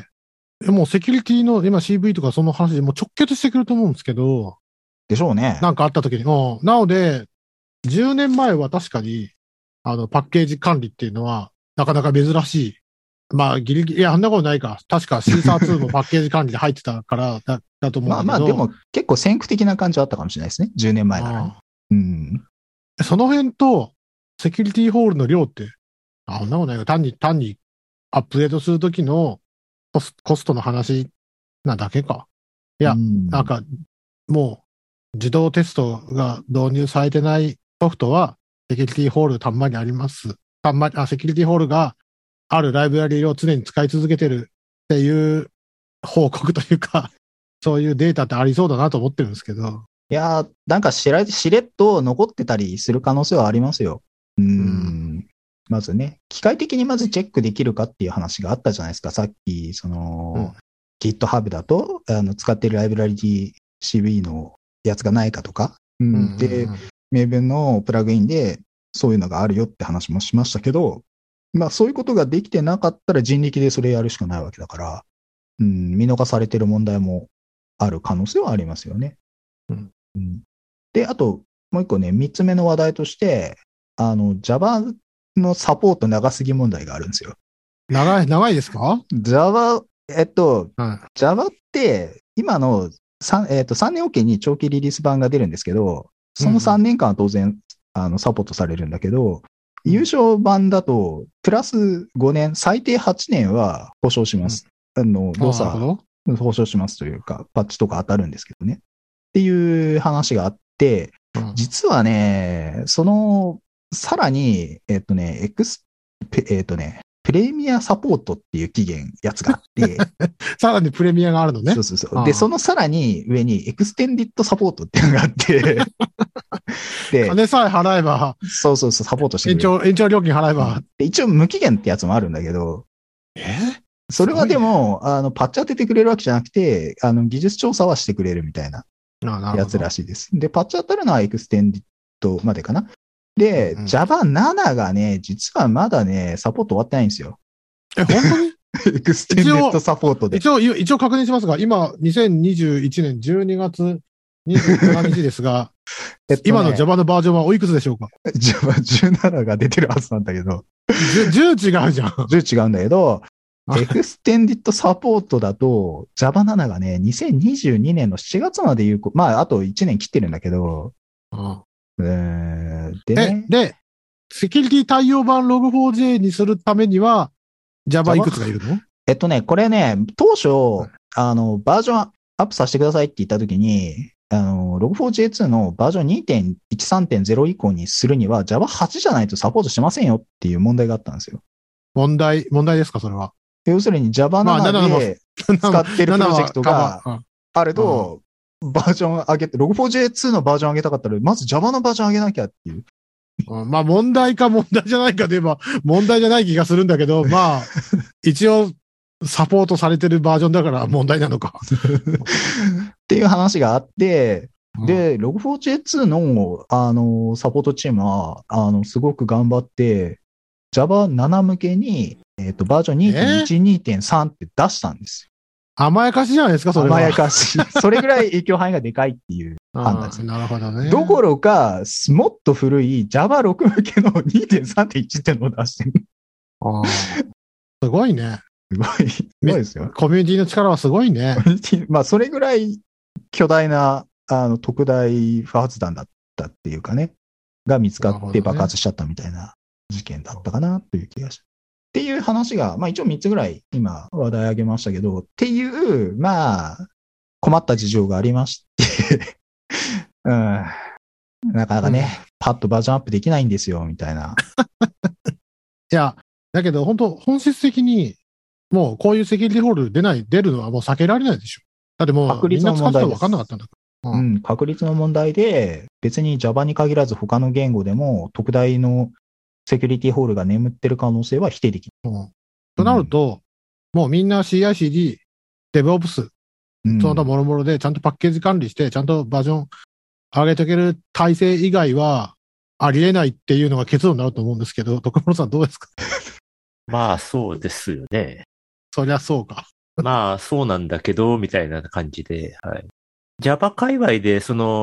もうセキュリティの、今 CV とかその話でもう直結してくると思うんですけど。 でしょうね。 なんかあった時に。なので、10年前は確かに、パッケージ管理っていうのは、なかなか珍しい。まあ、ギリギリ、いや、あんなことないか。確かシーサー2もパッケージ管理で入ってたからだと思うんだけど。 まあまあ、でも結構先駆的な感じはあったかもしれないですね。10年前なら、ね。 その辺と、セキュリティホールの量って、あんなことないか。単にアップデートするときのコストの話なだけか。いや、なんか、もう、自動テストが導入されてないソフトは、セキュリティホールたんまにあります。セキュリティホールがあるライブラリを常に使い続けてるっていう報告というか、そういうデータってありそうだなと思ってるんですけど。 いやー、なんかしれっと残ってたりする可能性はありますよ。まずね、機械的にまずチェックできるかっていう話があったじゃないですか。さっき、GitHub だと、使ってるライブラリ CV のやつがないかとか。で、明文のプラグインでそういうのがあるよって話もしましたけど、まあそういうことができてなかったら人力でそれやるしかないわけだから、見逃されてる問題もある可能性はありますよね。で、あと、もう一個ね、三つ目の話題として、Java のサポート長すぎ問題があるんですよ。 長いですか？ Java って、 今の3年おきに長期リリース版が出るんですけど、その3年間は当然、サポートされるんだけど、優勝版だと、プラス5年、最低8年は保証します。動作保証しますというか、パッチとか当たるんですけどね。っていう話があって、実はね、さらに、プレミアサポートっていう期限やつがあって、 さらにプレミアがあるのね。 そうそうそう。で、そのさらに上にエクステンディットサポートっていうのがあって、 で、金さえ払えば、 そうそうそう、サポートしてくれる。 延長料金払えば。 で、一応無期限ってやつもあるんだけど、それはでも、パッチ当ててくれるわけじゃなくて、技術調査はしてくれるみたいなやつらしいです。で、パッチ当たるのはエクステンディットまでかな。で、Java7 がね、実はまだね、サポート終わってないんですよ。 本当にエクステンデッドサポートで。 一応確認しますが、今、2021年12月27日ですが、今の Java のバージョンはおいくつでしょうか？ Java17 が出てるはずなんだけど。 10違うじゃん。 10違うんだけど、エクステンディットサポートだと、Java7 がね、2022年の7月まであと1年切ってるんだけど、でね。 で、セキュリティ対応版 Log4j にするためには、Java いくつがいるの？ これね、当初、バージョンアップさせてくださいって言ったときに、Log4j2 のバージョン 2.13.0 以降にするには Java8 じゃないとサポートしませんよっていう問題があったんですよ。 問題ですか、それは。 要するに Java7 で使ってるプロジェクトがあると、バージョン上げて、Log4j2 のバージョン上げたかったら、まず Java のバージョン上げなきゃっていう。 まあ問題か問題じゃないかで言えば、問題じゃない気がするんだけど、まあ、一応、サポートされてるバージョンだから問題なのか。 っていう話があって、で、Log4j2 の、サポートチームは、すごく頑張って、Java7 向けに、バージョン 2.1、2.3 って出したんですよ。 甘やかしじゃないですか、それは。 甘やかし。それぐらい影響範囲がでかいっていう判断です。 なるほどね。 どころか、もっと古い Java6 向けの 2.3.1 ってのを出してる。 すごいね。 すごいですよ。 コミュニティの力はすごいね。 まあ、それぐらい巨大な、特大不発弾だったっていうかね、が見つかって爆発しちゃったみたいな事件だったかなという気がします。っていう話が、まあ一応3つぐらい今話題挙げましたけど、っていう、まあ、困った事情がありまして、なかなかね、パッとバージョンアップできないんですよ、みたいな。 いや、だけど本質的に、もうこういうセキュリティホール出るのはもう避けられないでしょ。だってもう、 確率の問題です。 みんな使ってたら分かんなかったんだから。 確率の問題で、別に Java に限らず他の言語でも特大のセキュリティホールが眠ってる可能性は否定できない。となると、もうみんな CI/CD、DevOps、その他諸々でちゃんとパッケージ管理して、ちゃんとバージョン上げておける体制以外はありえないっていうのが結論になると思うんですけど、徳丸さんどうですか？ まあそうですよね。 そりゃそうか。 まあそうなんだけど、みたいな感じで、はい。Java 界隈で、その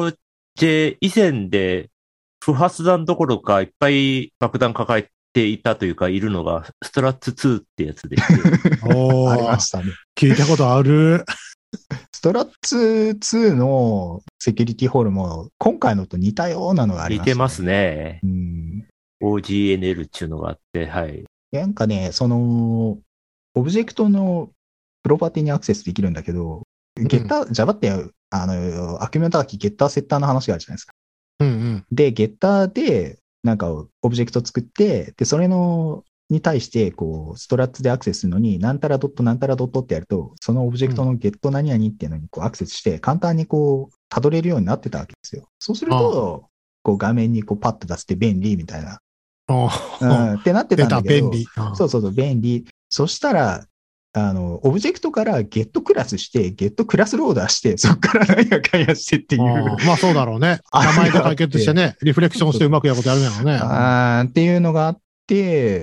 Log4j 以前で不発弾どころかいっぱい爆弾抱えていたというか、いるのが、ストラッツ2ってやつでして。 おー。 ありましたね。 聞いたことある。 ストラッツ2のセキュリティホールも今回のと似たようなのがありました、ね。 似てますね。OGNL っていうのがあって、はい。 なんかね、オブジェクトのプロパティにアクセスできるんだけど、Java って、アクミューターキーゲッターセッターの話があるじゃないですか。で、ゲッターで、なんか、オブジェクト作って、で、それに対して、こう、ストラッツでアクセスするのに、なんたらドットなんたらドットってやると、そのオブジェクトのゲット何々っていうのにこうアクセスして、簡単にこう、辿れるようになってたわけですよ。そうすると、こう、画面にこう、パッと出して便利みたいな。ってなってたんだけど、便利。そう、便利。そしたら、オブジェクトからゲットクラスして、ゲットクラスローダーして、そこから何やかんやしてっていう。 まあそうだろうね。名前と解決してね、リフレクションしてうまくやることやるんだろうね。 っていうのがあって、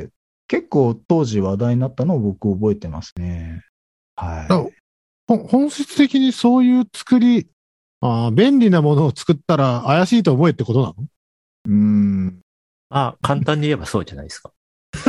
結構当時話題になったのを僕覚えてますね。はい。 本質的にそういう作り、便利なものを作ったら怪しいと思えってことなの？ 簡単に言えばそうじゃないですか。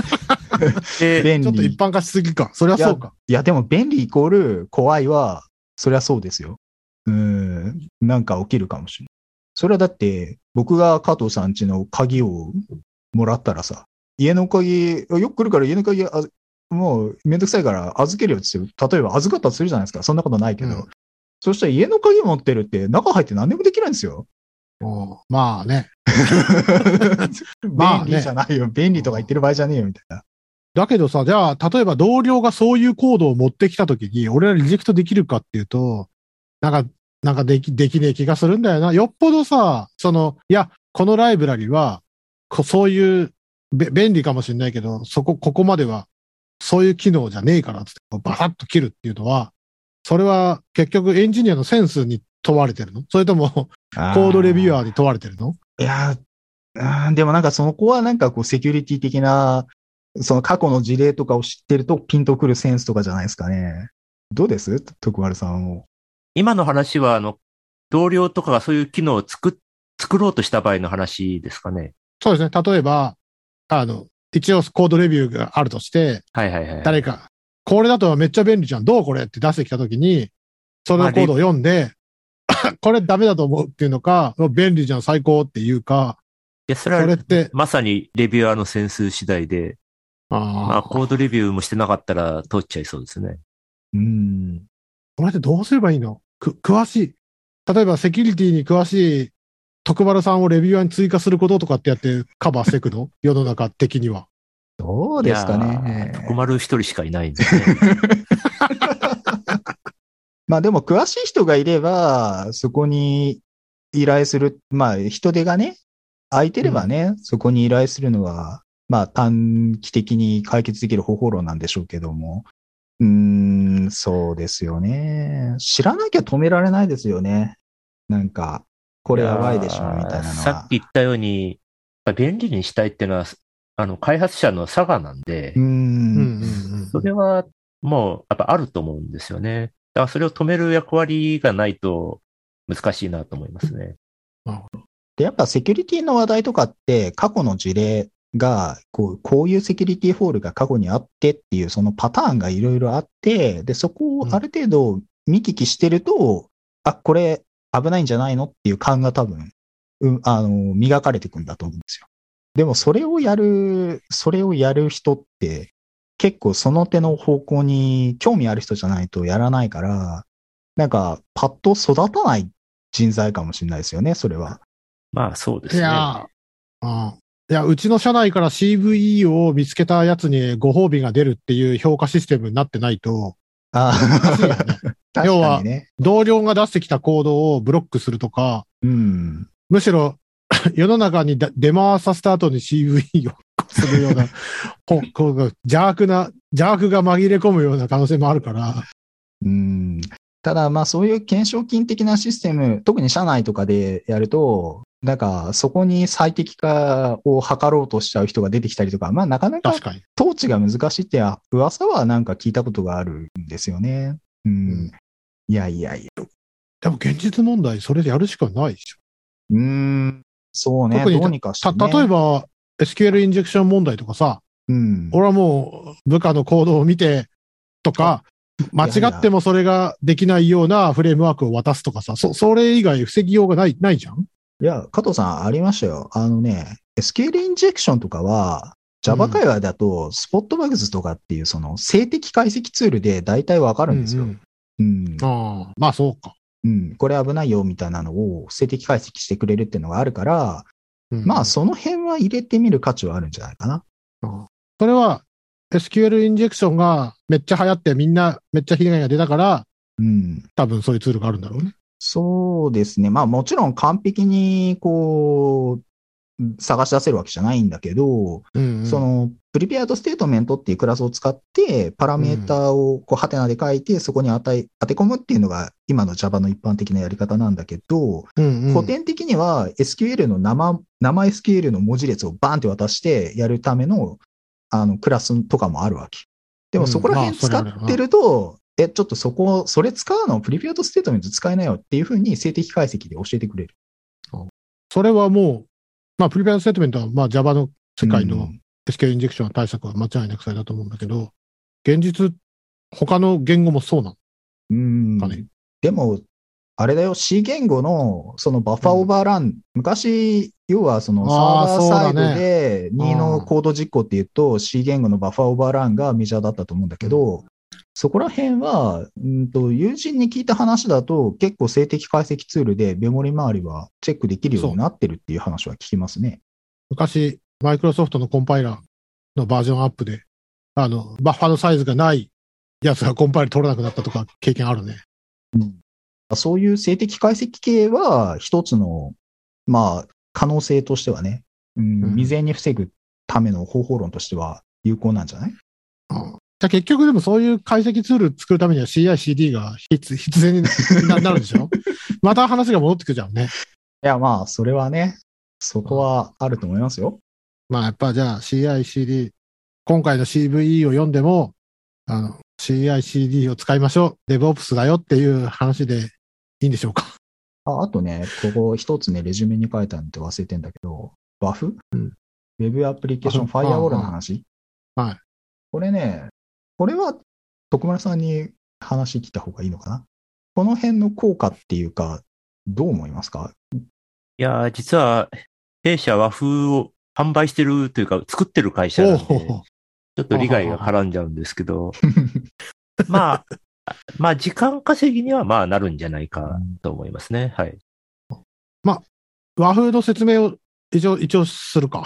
ちょっと一般化しすぎか。そりゃそうか。 いや、でも便利イコール怖いはそりゃそうですよ。なんか起きるかもしれない。それはだって、僕が加藤さん家の鍵をもらったらさ、家の鍵、よく来るから家の鍵、もうめんどくさいから預けるよって言って、例えば預かったとするじゃないですか。そんなことないけど。そしたら家の鍵持ってるって中入って何でもできないんですよ。 まあね。 便利じゃないよ。便利とか言ってる場合じゃねえよ、みたいな。 だけどさ、じゃあ、例えば同僚がそういうコードを持ってきたときに、俺はリジェクトできるかっていうと、なんかできねえ気がするんだよな。よっぽどさ、いや、このライブラリは、そういう便利かもしれないけど、ここまでは、そういう機能じゃねえからっつって、バサッと切るっていうのは、それは結局エンジニアのセンスに問われてるの？それとも、コードレビュアーに問われてるの？ いや、でもなんかそこはなんかこうセキュリティ的な、その過去の事例とかを知ってるとピンとくるセンスとかじゃないですかね。どうです徳丸さんを。 今の話は、同僚とかがそういう機能を作ろうとした場合の話ですかね。 そうですね。例えば、一応コードレビューがあるとして、 はいはいはい。 誰か、これだとめっちゃ便利じゃん。どうこれって出してきたときに、そのコードを読んで、これダメだと思うっていうのか、便利じゃん、最高っていうか、 いや、それは、まさにレビュアーのセンス次第で、まあ、コードレビューもしてなかったら通っちゃいそうですね。 これってどうすればいいの？詳しい。例えば、セキュリティに詳しい徳丸さんをレビュアーに追加することとかってやってカバーしていくの？世の中的には。 どうですかね。 徳丸一人しかいないんですね。 まあでも詳しい人がいれば、そこに依頼する、まあ人手がね、空いてればね、そこに依頼するのは、まあ短期的に解決できる方法論なんでしょうけども。そうですよね。知らなきゃ止められないですよね。なんか、これやばいでしょ、みたいなのは。 さっき言ったように、便利にしたいっていうのは、開発者の差がなんで、それはもう、やっぱあると思うんですよね。だからそれを止める役割がないと難しいなと思いますね。 で、やっぱセキュリティの話題とかって過去の事例が、こういうセキュリティフォールが過去にあってっていうそのパターンがいろいろあって、で、そこをある程度見聞きしてると、これ危ないんじゃないのっていう感が多分、磨かれていくんだと思うんですよ。でもそれをやる人って結構その手の方向に興味ある人じゃないとやらないから、なんかパッと育たない人材かもしれないですよね、それは。 まあそうですね。 いや、うちの社内から CVE を見つけたやつにご褒美が出るっていう評価システムになってないと、難しいよね。要は、同僚が出してきたコードをブロックするとか、むしろ世の中に出回させた後に CVE をするような、邪悪が紛れ込むような可能性もあるから。 ただ、まあそういう懸賞金的なシステム、特に社内とかでやると、なんかそこに最適化を図ろうとしちゃう人が出てきたりとか、まあなかなか統治が難しいって噂はなんか聞いたことがあるんですよね。いや。 でも現実問題、それでやるしかないでしょ。 そうね。どうにかして、ね。 例えば SQL インジェクション問題とかさ、俺はもう部下のコードを見てとか、間違ってもそれができないようなフレームワークを渡すとかさ、それ以外防ぎようがないじゃん？ いや、加藤さんありましたよ。SQL インジェクションとかは、Java 界隈だと、スポットバグズとかっていうその静的解析ツールで大体わかるんですよ。 まあそうか。 これ危ないよみたいなのを静的解析してくれるっていうのがあるから、まあその辺は入れてみる価値はあるんじゃないかな。 それは SQL インジェクションがめっちゃ流行ってみんなめっちゃ被害が出たから、多分そういうツールがあるんだろうね。 そうですね。まあもちろん完璧にこう探し出せるわけじゃないんだけど、そのプリペアドステートメントっていうクラスを使ってパラメータをこうハテナで書いてそこに当て込むっていうのが今の Java の一般的なやり方なんだけど、古典的には SQL の生 SQL の文字列をバーンって渡してやるためのクラスとかもあるわけ。でもそこら辺使ってると、ちょっとそれ使うのプリペアドステートメント使えないよっていうふうに静的解析で教えてくれる。 それはもう、まあプリペアドステートメントはまあ Java の世界のSQL インジェクションの対策は間違いなくそれだと思うんだけど、現実、他の言語もそうなのかね。 でも、あれだよ、C 言語のそのバッファーオーバーラン、昔、要はそのサーバーサイドで2のコード実行っていうと、C 言語のバッファーオーバーランがメジャーだったと思うんだけど、そこら辺は、友人に聞いた話だと、結構静的解析ツールでメモリ周りはチェックできるようになってるっていう話は聞きますね。 昔、マイクロソフトのコンパイラーのバージョンアップで、バッファーのサイズがないやつがコンパイル取れなくなったとか経験あるね。 そういう静的解析系は一つの、可能性としてはね、未然に防ぐための方法論としては有効なんじゃない？ じゃあ結局でもそういう解析ツール作るためには CI/CD が必然になるでしょまた話が戻ってくるじゃんね。 いや、それはね、そこはあると思いますよ。 やっぱじゃあ CI/CD、今回の CVE を読んでも、CI/CD を使いましょう。DevOps だよっていう話でいいんでしょうか。 あとね、ここ一つね、レジュメに書いたんで忘れてんだけど、WAF？ Web アプリケーションファイアウォールの話。 はい。 これね、これは徳丸さんに話聞いた方がいいのかな？この辺の効果っていうか、どう思いますか？ いや、実は、弊社和風を販売してるというか、作ってる会社なんで、ちょっと利害が絡んじゃうんですけど、時間稼ぎにはなるんじゃないかと思いますね。はい。 和風の説明を一応するか。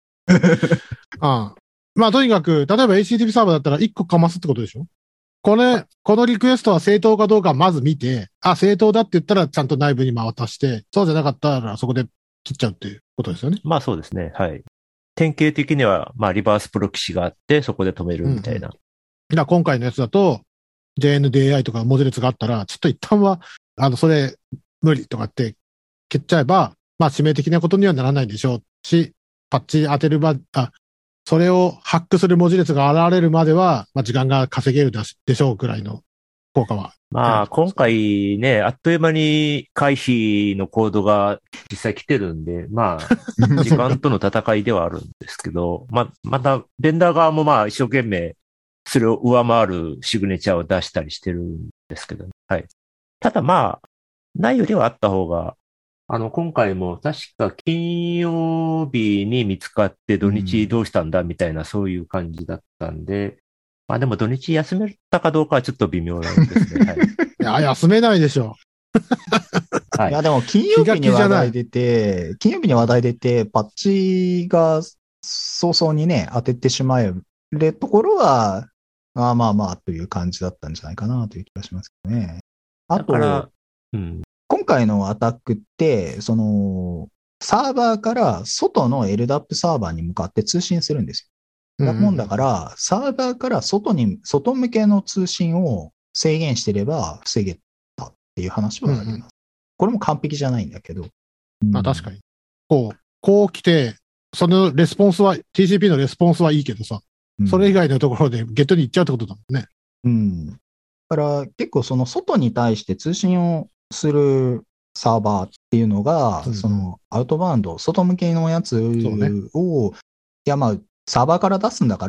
とにかく、例えば HTTP サーバーだったら1個かますってことでしょ？このリクエストは正当かどうかまず見て、正当だって言ったらちゃんと内部に渡して、そうじゃなかったらそこで切っちゃうっていうことですよね。 そうですね。はい。典型的には、リバースプロキシがあって、そこで止めるみたいな。 今回のやつだと、JNDI とか文字列があったら、ちょっと一旦は、それ無理とかって切っちゃえば、致命的なことにはならないでしょうし、パッチ当てるそれをハックする文字列が現れるまでは、時間が稼げるでしょうくらいの効果は。 今回ね、あっという間に回避のコードが実際来てるんで、時間との戦いではあるんですけど、また、ベンダー側も一生懸命、それを上回るシグネチャーを出したりしてるんですけど、ね、はい。ただないよりはあった方が、今回も確か金曜日に見つかって土日どうしたんだみたいなそういう感じだったんで、でも土日休めたかどうかはちょっと微妙なんですね。 はい、休めないでしょ。 いや、でも金曜日に話題出て、パッチが早々にね、当ててしまえるところは、という感じだったんじゃないかなという気がしますけどね。あと、今回のアタックって、サーバーから外の LDAP サーバーに向かって通信するんですよ。だから、サーバーから外向けの通信を制限してれば防げたっていう話はあります。これも完璧じゃないんだけど。 確かに。こう来て、そのレスポンスは、TCP のレスポンスはいいけどさ、それ以外のところでゲットに行っちゃうってことだもんね。 だから結構その外に対して通信をするサーバーっていうのが、そのアウトバウンド、外向けのやつを、サーバーから出すんだから、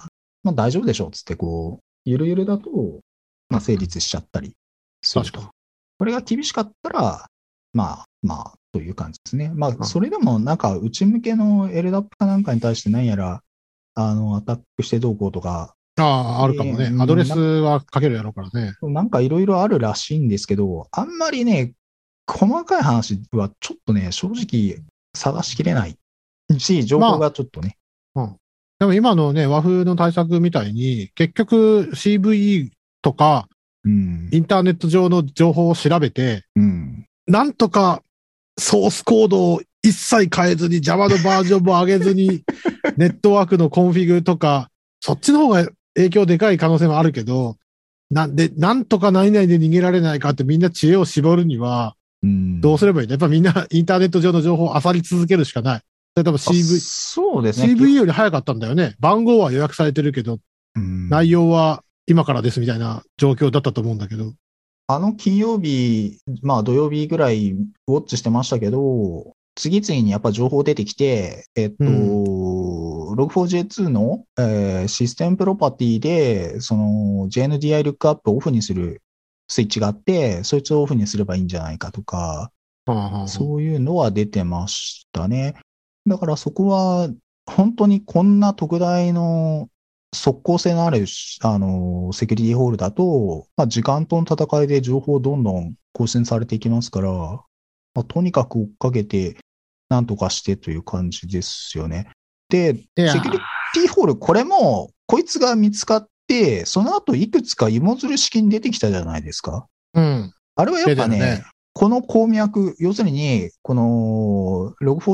大丈夫でしょうっつってゆるゆるだと、成立しちゃったりすると。これが厳しかったら、という感じですね。それでも内向けの LDAP かなんかに対して何やら、アタックしてどうこうとか。 あるかもね。アドレスはかけるやろうからね。 いろいろあるらしいんですけど、あんまりね、細かい話はちょっとね、正直探しきれないし、情報がちょっとね。 でも今のね、和風の対策みたいに、結局 CVE とか、インターネット上の情報を調べて、なんとかソースコードを一切変えずに Java のバージョンも上げずに、ネットワークのコンフィグとか、そっちの方が影響でかい可能性もあるけど、なんとか何々で逃げられないかってみんな知恵を絞るには、どうすればいいの？やっぱみんなインターネット上の情報を漁り続けるしかない。それともそうですね。 CVE より早かったんだよね。番号は予約されてるけど、内容は今からですみたいな状況だったと思うんだけど。 金曜日、土曜日ぐらいウォッチしてましたけど、次々にやっぱ情報出てきて、Log4j2 の、システムプロパティで、その JNDI ルックアップをオフにするスイッチがあって、そいつをオフにすればいいんじゃないかとか、そういうのは出てましたね。だからそこは、本当にこんな特大の即効性のある、セキュリティホールだと、時間との戦いで情報どんどん更新されていきますから、とにかく追っかけて、なんとかしてという感じですよね。で、セキュリティホール、これも、こいつが見つかって、その後いくつか芋づる式に出てきたじゃないですか。 うん。 あれはやっぱね、この鉱脈、要するに、この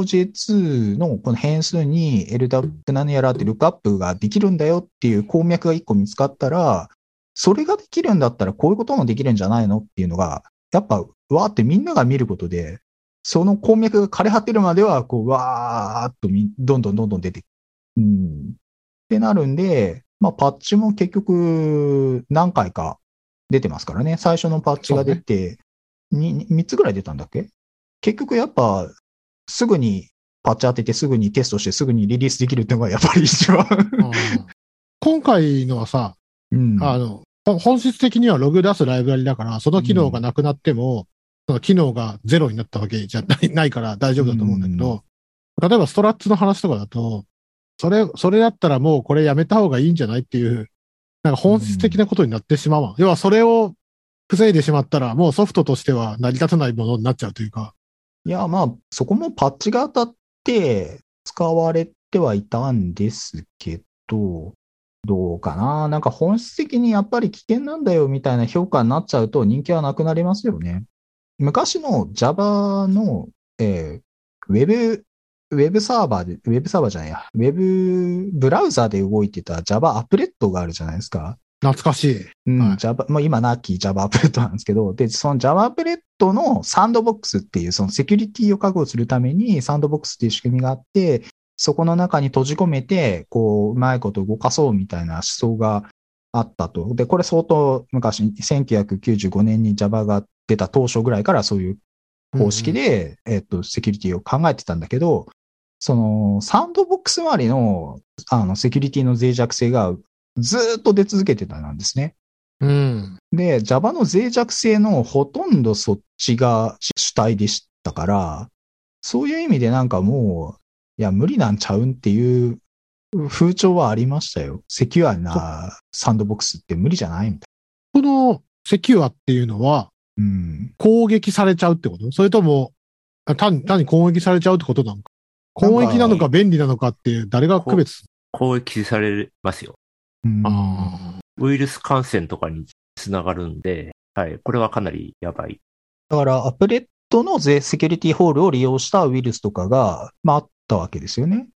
Log4j2 のこの変数に LDAP 何やらってルックアップができるんだよっていう鉱脈が一個見つかったら、それができるんだったらこういうこともできるんじゃないのっていうのが、やっぱ、わーってみんなが見ることで、その鉱脈が枯れ果てるまでは、こう、わーっとどんどん出て、ってなるんで、パッチも結局、何回か出てますからね。最初のパッチが出て、3つぐらい出たんだっけ？結局やっぱ、すぐにパッチ当てて、すぐにテストして、すぐにリリースできるっていうのがやっぱり一番今回のはさ、本質的にはログ出すライブラリだから、その機能がなくなっても、その機能がゼロになったわけじゃないから大丈夫だと思うんだけど、例えばストラッツの話とかだと、それだったらもうこれやめた方がいいんじゃないっていう、なんか本質的なことになってしまうわ。要はそれを防いでしまったら、もうソフトとしては成り立たないものになっちゃうというか。 いや、そこもパッチが当たって使われてはいたんですけど、どうかな？なんか本質的にやっぱり危険なんだよみたいな評価になっちゃうと人気はなくなりますよね。昔の Java の、ウェブサーバーで、ウェブサーバーじゃないや、ウェブブラウザで動いてた Java アップレットがあるじゃないですか。 懐かしい。 Java、今なき Java アップレットなんですけど、で、その Java アップレットのサンドボックスっていう、そのセキュリティを確保するためにサンドボックスっていう仕組みがあって、そこの中に閉じ込めて、こう、うまいこと動かそうみたいな思想があったと。で、これ相当昔、1995年に Java が出た当初ぐらいからそういう方式で、セキュリティを考えてたんだけど、その、サンドボックス周りの、セキュリティの脆弱性がずーっと出続けてたんですね。で、Java の脆弱性のほとんどそっちが主体でしたから、そういう意味でなんかもう、いや、無理なんちゃうんっていう風潮はありましたよ。セキュアなサンドボックスって無理じゃないみたいな。このセキュアっていうのは、攻撃されちゃうってこと？それとも、単に攻撃されちゃうってことなのか？攻撃なのか便利なのかっていう、誰が区別する？ 攻撃されますよ。ウイルス感染とかにつながるんで、はい、これはかなりやばい。 だから、アップレットのセキュリティホールを利用したウイルスとかが、あったわけですよね。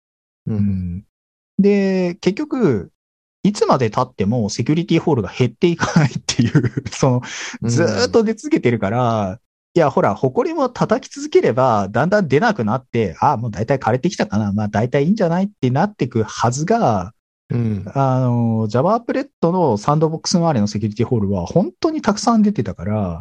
で、結局、いつまで経ってもセキュリティホールが減っていかないっていう、ずーっと出続けてるから、いや、ほら、埃も叩き続ければ、だんだん出なくなって、もう大体枯れてきたかな。大体いいんじゃないってなっていくはずが、Java アップレットのサンドボックス周りのセキュリティホールは本当にたくさん出てたから、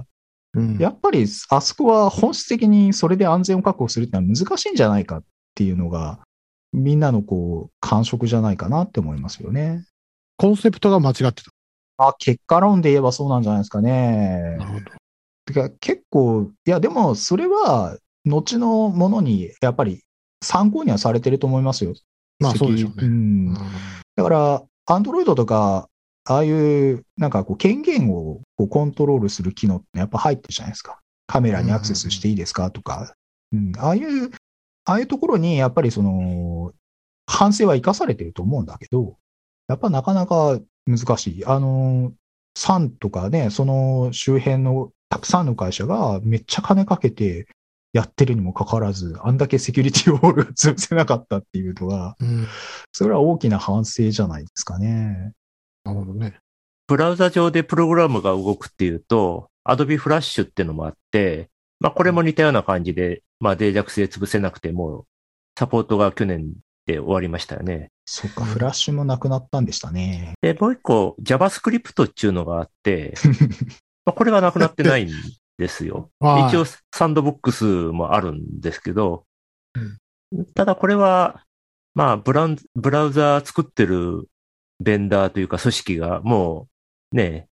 やっぱりあそこは本質的にそれで安全を確保するってのは難しいんじゃないかっていうのが、みんなの感触じゃないかなって思いますよね。 コンセプトが間違ってた。 結果論で言えばそうなんじゃないですかね。 なるほど。 てか結構、いやでもそれは後のものにやっぱり参考にはされてると思いますよ。 そうでしょうね。 だから、Android とか、ああいうなんか権限をコントロールする機能ってやっぱ入ってるじゃないですか。カメラにアクセスしていいですかとか。ああいうところにやっぱり反省は生かされてると思うんだけど、やっぱなかなか難しい。サンとかね、その周辺のたくさんの会社がめっちゃ金かけてやってるにもかかわらず、あんだけセキュリティホールが潰せなかったっていうのは、それは大きな反省じゃないですかね。 なるほどね。 ブラウザ上でプログラムが動くっていうと、Adobe Flash っていうのもあって、これも似たような感じで、脆弱性潰せなくても、サポートが去年で終わりましたよね。 そっか、フラッシュもなくなったんでしたね。 で、もう一個 JavaScript っていうのがあって、これはなくなってないんですよ。一応サンドボックスもあるんですけど、ただこれは、ブラウザ作ってるベンダーというか組織がもうね、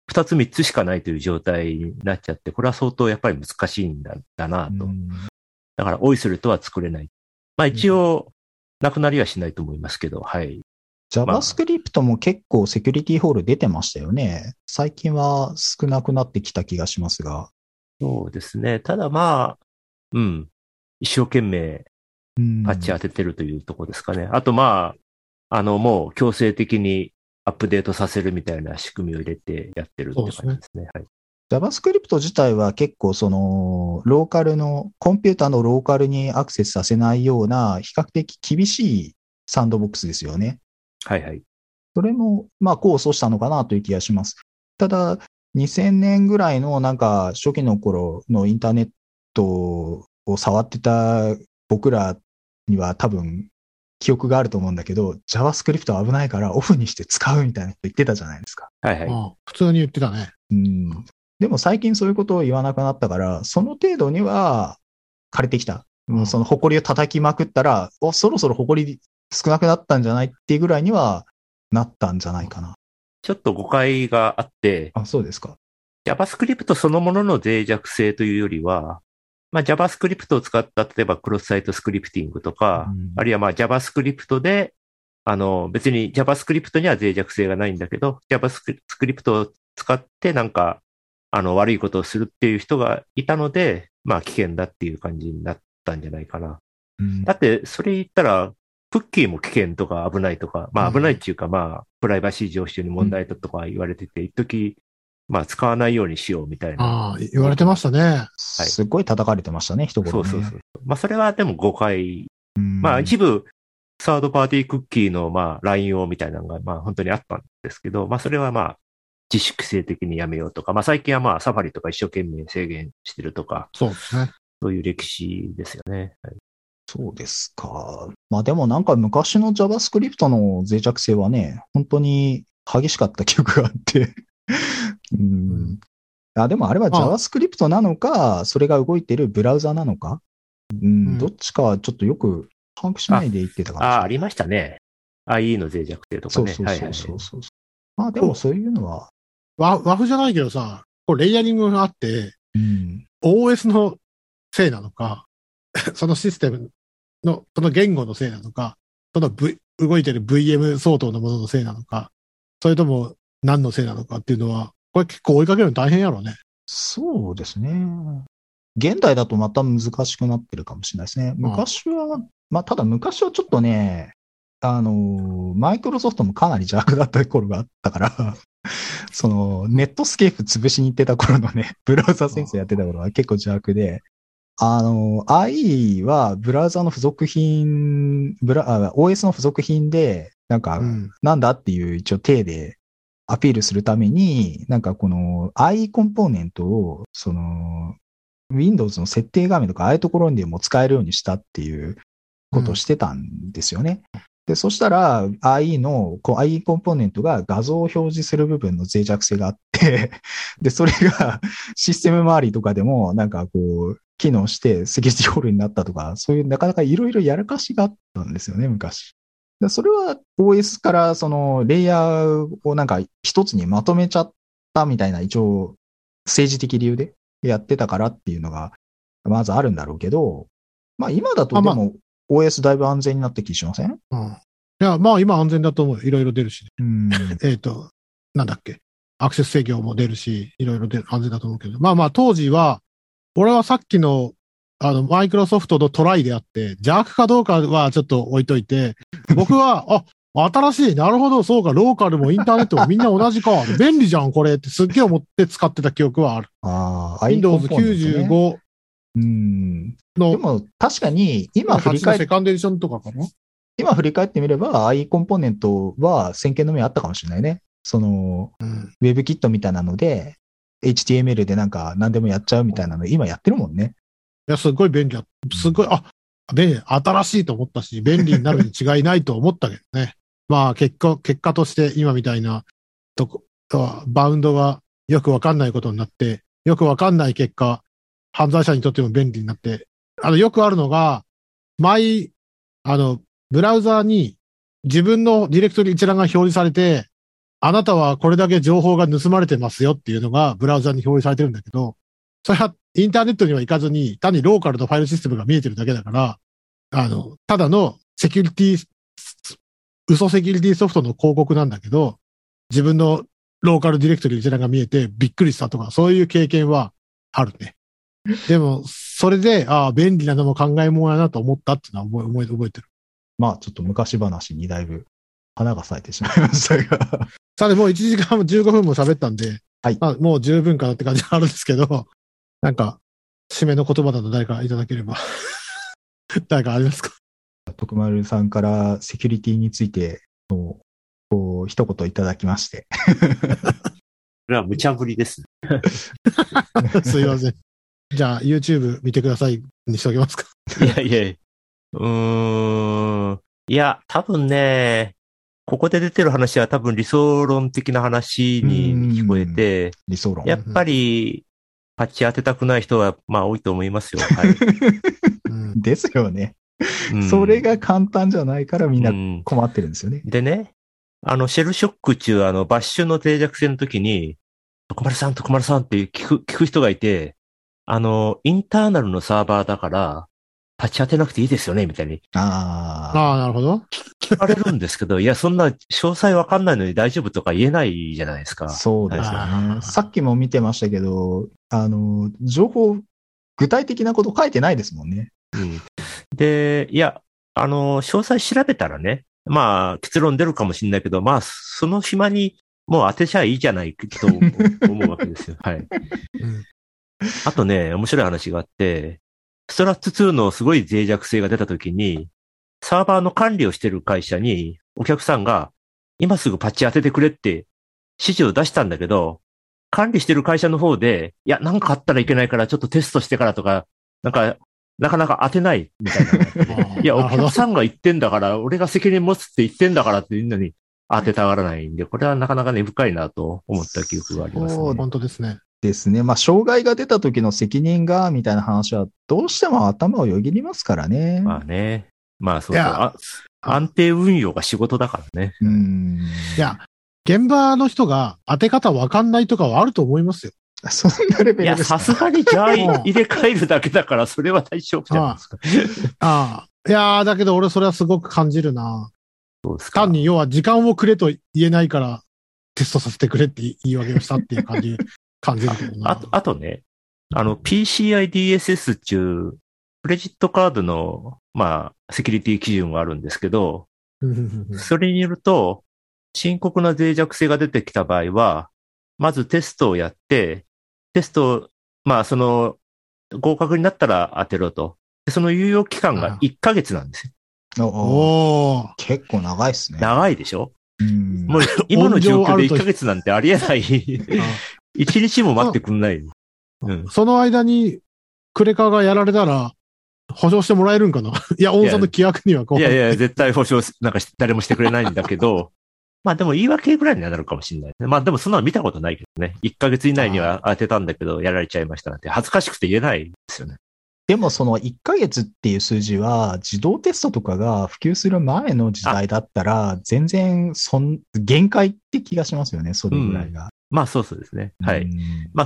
2つ3つしかないという状態になっちゃって、これは相当やっぱり難しいんだなと。だから、オイスルとは作れない。まあ一応、なくなりはしないと思いますけど、はい。 JavaScript も結構セキュリティホール出てましたよね。最近は少なくなってきた気がしますが。 そうですね。ただまあ、一生懸命パッチ当ててるというところですかね。あとまあ、もう強制的にアップデートさせるみたいな仕組みを入れてやってるって感じですね。はい。 JavaScript 自体は結構ローカルの、コンピューターのローカルにアクセスさせないような比較的厳しいサンドボックスですよね。 はいはい。 それも、まあ、功を奏したのかなという気がします。ただ、2000年ぐらいのなんか初期の頃のインターネットを触ってた僕らには多分記憶があると思うんだけど、JavaScript は危ないからオフにして使うみたいなこと言ってたじゃないですか。 はいはい。 普通に言ってたね。 でも最近そういうことを言わなくなったから、その程度には枯れてきた。その埃を叩きまくったら、そろそろ埃少なくなったんじゃないっていうぐらいにはなったんじゃないかな。 ちょっと誤解があって、 そうですか。 JavaScript そのものの脆弱性というよりは、まあ、JavaScript を使った、例えばクロスサイトスクリプティングとか、あるいはまあ JavaScript で、別に JavaScript には脆弱性がないんだけど、JavaScript を使ってなんか、悪いことをするっていう人がいたので、まあ危険だっていう感じになったんじゃないかな。だって、それ言ったら、クッキーも危険とか危ないとか、まあ危ないっていうかまあ、プライバシー常習に問題だとか言われてて、一時まあ使わないようにしようみたいな。 言われてましたね。はい。 すごい叩かれてましたね、一頃ね。 そう。まあそれはでも誤解。まあ一部、サードパーティークッキーのまあ乱用みたいなのがまあ本当にあったんですけど、まあそれはまあ自粛性的にやめようとか、まあ最近はまあサファリとか一生懸命制限してるとか、 そうですね。 そういう歴史ですよね。はい、 そうですか。まあでもなんか昔の JavaScript の脆弱性はね、本当に激しかった記憶があってでもあれは JavaScript なのか、それが動いているブラウザなのか、どっちかはちょっとよく把握しないで言ってたかもしれない。 ありましたね。IE の脆弱性とかね。 そう。まあでもそういうのは。 WAF じゃないけどさ、これレイヤリングがあって、OS のせいなのか、そのシステムの、その言語のせいなのか、その、動いてる VM 相当のもののせいなのか、それとも何のせいなのかっていうのは、これ結構追いかけるの大変やろうね。 そうですね。現代だとまた難しくなってるかもしれないですね。昔は、ただ昔はちょっとね、マイクロソフトもかなり邪悪だった頃があったからネットスケープ潰しに行ってた頃のね、ブラウザ戦争やってた頃は結構邪悪で、IE はブラウザの付属品、OS の付属品で、なんか、なんだっていう一応体でアピールするために、なんかこの IE コンポーネントを、Windows の設定画面とかああいうところにも使えるようにしたっていうことをしてたんですよね。で、そしたら IE コンポーネントが画像を表示する部分の脆弱性があってで、それがシステム周りとかでもなんかこう、機能してセキュリティホールになったとか、そういうなかなかいろいろやらかしがあったんですよね、昔。それは OS からそのレイヤーをなんか一つにまとめちゃったみたいな一応政治的理由でやってたからっていうのがまずあるんだろうけど、まあ今だとでも OS だいぶ安全になった気しません？いや、まあ今安全だと思うよ。いろいろ出るし。なんだっけ。アクセス制御も出るし、いろいろ安全だと思うけど。まあ当時は、俺はさっきのマイクロソフトのトライであって、邪悪かどうかはちょっと置いといて、僕は、新しい、なるほど、そうか、ローカルもインターネットもみんな同じか、便利じゃん、これってすっげえ思って使ってた記憶はある。Windows 95の。 でも確かに、今振り返って、 セカンドエディションとかかな？ 今振り返ってみれば、IE コンポーネントは先見の目あったかもしれないね。WebKit みたいなので、HTML でなんか何でもやっちゃうみたいなの今やってるもんね。 いや、すごい便利だ。すごい、新しいと思ったし、便利になるに違いないと思ったけどね。まあ、結果として今みたいなバウンドがよくわかんないことになって、よくわかんない結果、犯罪者にとっても便利になって、よくあるのが、ブラウザーに自分のディレクトリ一覧が表示されて、 あなたはこれだけ情報が盗まれてますよっていうのがブラウザに表示されてるんだけど、それはインターネットには行かずに、単にローカルのファイルシステムが見えてるだけだから、ただのセキュリティ、嘘セキュリティソフトの広告なんだけど、自分のローカルディレクトリ一覧が見えてびっくりしたとか、そういう経験はあるね。でも、それで、便利なのも考えもんやなと思ったっていうのは覚えてる。 まあ、ちょっと昔話にだいぶ花が咲いてしまいましたが。 さて、もう1時間も15分も喋ったんで、 はい。 もう十分かなって感じがあるんですけど、なんか、締めの言葉だと誰かいただければ。誰かありますか？ 徳丸さんからセキュリティについて、一言いただきまして。 これは無茶ぶりですね。 すいません。じゃあ、YouTube 見てくださいにしておきますか。 いやいや、いや、多分ね、ここで出てる話は多分理想論的な話に聞こえて、 理想論。 やっぱり、パッチ当てたくない人は、まあ多いと思いますよ。はい。 ですよね。それが簡単じゃないからみんな困ってるんですよね。 でね、シェルショック中、バッシュの脆弱性の時に、徳丸さんって聞く人がいて、インターナルのサーバーだから、パッチ当てなくていいですよね、みたいに。 ああ、なるほど。 聞かれるんですけど、いや、そんな詳細わかんないのに大丈夫とか言えないじゃないですか。 そうですよね。さっきも見てましたけど、情報、具体的なこと書いてないですもんね。 うん。で、いや、詳細調べたらね、まあ、結論出るかもしれないけど、まあ、その島にもう当てちゃいいじゃないと思うわけですよ。はい。あとね、面白い話があって、ストラッツ2のすごい脆弱性が出た時に、サーバーの管理をしてる会社に、お客さんが、今すぐパッチ当ててくれって指示を出したんだけど、管理してる会社の方で、いや、なんかあったらいけないからちょっとテストしてからとか、なかなか当てないみたいな。いや、お客さんが言ってんだから、俺が責任持つって言ってんだからって言うのに当てたがらないんで、これはなかなか根深いなと思った記憶がありますね。 本当ですね。 ですね。まあ、障害が出た時の責任が、みたいな話は、どうしても頭をよぎりますからね。 まあね。まあそうそう。安定運用が仕事だからね。 いや、現場の人が当て方わかんないとかはあると思いますよ。 そんなレベルですか？ いや、さすがにじゃあ入れ替えるだけだから、それは大丈夫じゃないですか。 いやだけど俺それはすごく感じるな。 そうですか。 単に要は時間をくれと言えないからテストさせてくれって言い訳をしたっていう感じるけどな。 あとね、PCI DSS 中、クレジットカードの、まあ、セキュリティ基準があるんですけど、それによると、深刻な脆弱性が出てきた場合は、まずテストをやって、まあ、合格になったら当てろと。その猶予期間が1ヶ月なんですよ。結構長いですね。 長いでしょ？もう今の状況で1ヶ月なんてありえない。1日も待ってくんない。 その間に、クレカがやられたら、保証してもらえるんかな？いや、御社の規約にはこう。 いや、絶対保証なんか誰もしてくれないんだけど、まあでも言い訳ぐらいにはなるかもしれない。まあでもそんなの見たことないけどね。1ヶ月以内には当てたんだけど、やられちゃいましたなんて恥ずかしくて言えないですよね。 でもその1ヶ月っていう数字は自動テストとかが普及する前の時代だったら全然限界って気がしますよね、それぐらいが。 まあそうですね。はい。まあ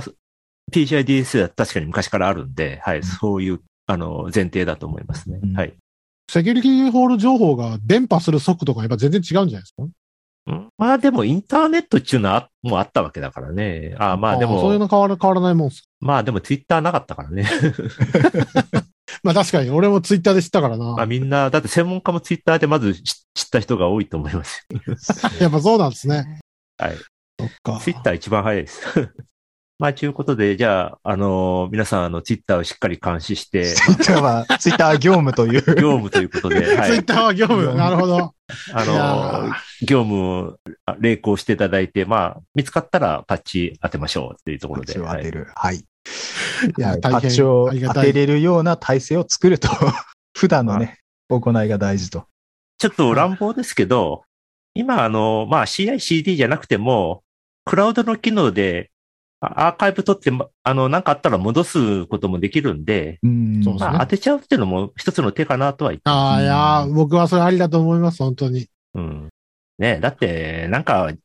PCI-DSS は確かに昔からあるんで、はい、そういう前提だと思いますね。はい。 セキュリティホール情報が伝播する速度がやっぱ全然違うんじゃないですか？ まあでもインターネットっていうのはもうあったわけだからね。まあでも。 そういうの変わらないもんす。 まあでもツイッターなかったからね。 まあ確かに俺もツイッターで知ったからな。 まあみんな、だって専門家もツイッターでまず知った人が多いと思いますよ。 やっぱそうなんですね。 はい。 そっか。 ツイッター一番早いです。まあ、ということで、じゃあ、皆さん、ツイッターをしっかり監視して。 ツイッター業務という。 業務ということで。 はい。ツイッターは業務。なるほど。 業務を励行していただいて、まあ、見つかったらパッチ当てましょうっていうところで。 パッチを当てる。はい。いや、パッチを当てれるような体制を作ると、普段のね、行いが大事と。 ちょっと乱暴ですけど、今、まあ、CI/CD じゃなくても、クラウドの機能で、アーカイブ取って、なんかあったら戻すこともできるんで、まあ、当てちゃうっていうのも一つの手かなとは言ってます。 いや僕はそれありだと思います、本当に。 ねだって、なんか、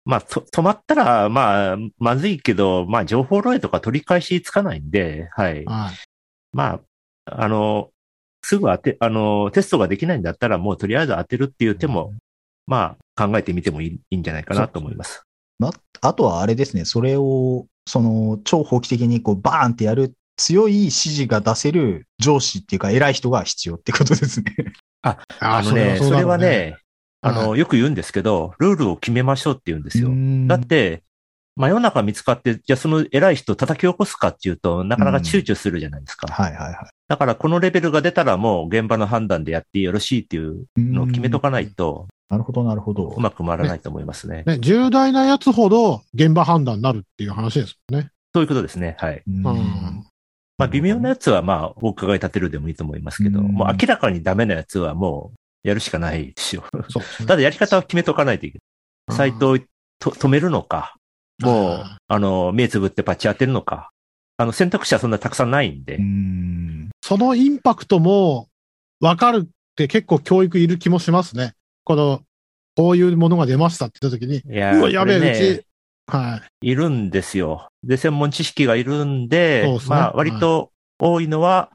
まあ、止まったら、まあ、まずいけど、まあ、情報漏洩とか取り返しつかないんで、はい。 はい。 まあ、すぐテストができないんだったら、もうとりあえず当てるっていう手も、まあ、考えてみてもいいんじゃないかなと思います。 あとはあれですね、それを、超法規的にこう、バーンってやる強い指示が出せる上司っていうか偉い人が必要ってことですね。 それはね、 はい、 よく言うんですけど、ルールを決めましょうって言うんですよ。だって、真夜中見つかって、じゃあその偉い人叩き起こすかっていうと、なかなか躊躇するじゃないですか。 はいはいはい。 だからこのレベルが出たらもう現場の判断でやってよろしいっていうのを決めとかないと、 なるほどなるほど。 うまく回らないと思いますね。 ね、重大なやつほど現場判断になるっていう話ですもんね。 そういうことですね。はい。まあ微妙なやつはまあお伺い立てるでもいいと思いますけど、もう明らかにダメなやつはもうやるしかないですよ。 そうですね。 ただやり方を決めとかないといけない。サイトを止めるのか、もう、目つぶってパッチ当てるのか。選択肢はそんなたくさんないんで。 そのインパクトも分かるって結構教育いる気もしますね。こういうものが出ましたって言った時に、 いや、 うわ、やべえ、 ね、 うち、はい。 いるんですよ。で、専門知識がいるんで、 そうですね、 まあ、割と多いのは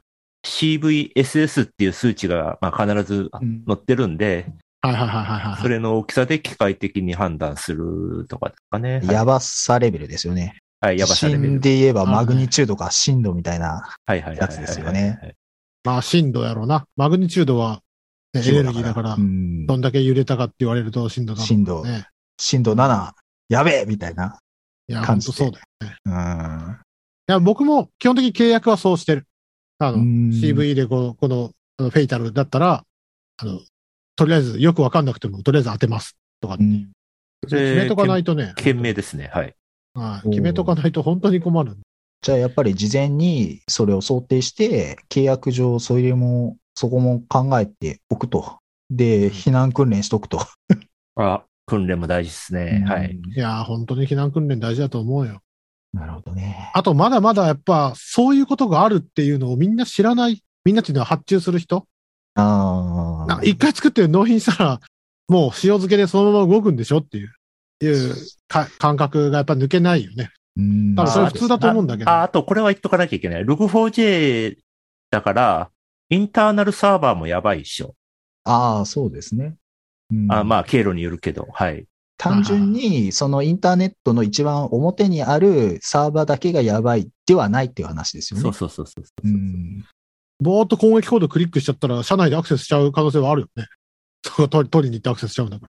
CVSS っていう数値が、まあ、必ず載ってるんで、 はいはいはいはい。 それの大きさで機械的に判断するとかですかね。 やばさレベルですよね。 はい、やばさレベル。 地震で言えばマグニチュードか震度みたいなやつですよね。 まあ、震度やろうな。マグニチュードは、ね、エネルギーだから、どんだけ揺れたかって言われると震度だ、ね。 震度7、やべえみたいな。 いや、ほんとそうだよね。 いや、僕も基本的に契約はそうしてる。CV でこのフェイタルだったら、とりあえずよくわかんなくても、とりあえず当てますとかっていう。決めとかないとね。 賢明ですね。はい。 決めとかないと本当に困る。 じゃあやっぱり事前にそれを想定して、契約上そこも考えておくと。で、避難訓練しとくと。 訓練も大事ですね。はい。 いや、本当に避難訓練大事だと思うよ。 なるほどね。 あと、まだまだやっぱ、そういうことがあるっていうのをみんな知らない。みんなっていうのは発注する人。一回作って納品したら、もう塩漬けでそのまま動くんでしょっていう感覚がやっぱ抜けないよね。多分それ普通だと思うんだけど。 あとこれは言っとかなきゃいけない。Log4j だから、インターナルサーバーもやばいっしょ。 そうですね。 まあ、経路によるけど、はい。 単純に、そのインターネットの一番表にあるサーバーだけがやばいではないっていう話ですよね。 そう。 ぼーっと攻撃コードクリックしちゃったら、社内でアクセスしちゃう可能性はあるよね。そう、取りに行ってアクセスしちゃうんだから。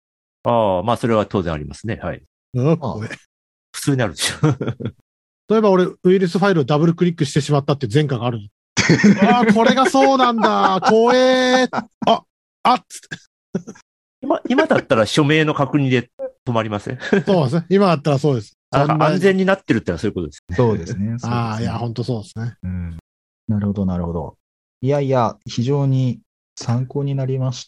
まあ、それは当然ありますね。はい。普通にあるでしょ。 例えば俺、ウイルスファイルをダブルクリックしてしまったっていう前科がある。これがそうなんだ。怖えー。っつって。 今だったら署名の確認で止まりませんそうですね。今だったらそうです。 安全になってるってのはそういうことです。 そうですね。 いや、本当そうですね。 なるほど、なるほど。いやいや、非常に参考になりました。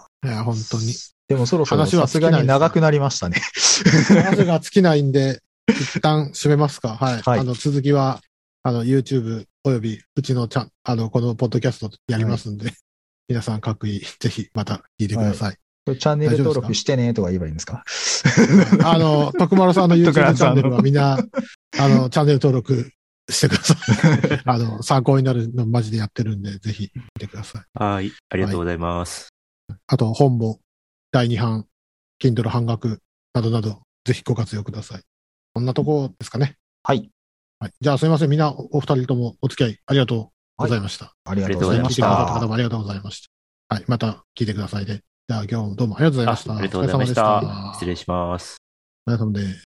いや、本当に。 でもそろそろさすがに長くなりましたね。 話が尽きないんで、一旦締めますか。はい。続きは、YouTube および、うちのこのポッドキャストやりますんで、皆さん各位、ぜひまた聞いてください。 チャンネル登録してねとか言えばいいんですか？ 徳丸さんの YouTube チャンネルはみんな、チャンネル登録してください。参考になるのマジでやってるんで、ぜひ見てください。 はい。ありがとうございます。 あと、本も、第2版、Kindle 半額などなど、ぜひご活用ください。こんなとこですかね。 はい。 じゃあすいません。みんなお二人ともお付き合いありがとうございました。 ありがとうございました。 聞いてくださった方もありがとうございました。はい。また聞いてくださいね。じゃあ今日もどうもありがとうございました。 ありがとうございました。失礼します。 お疲れ様です。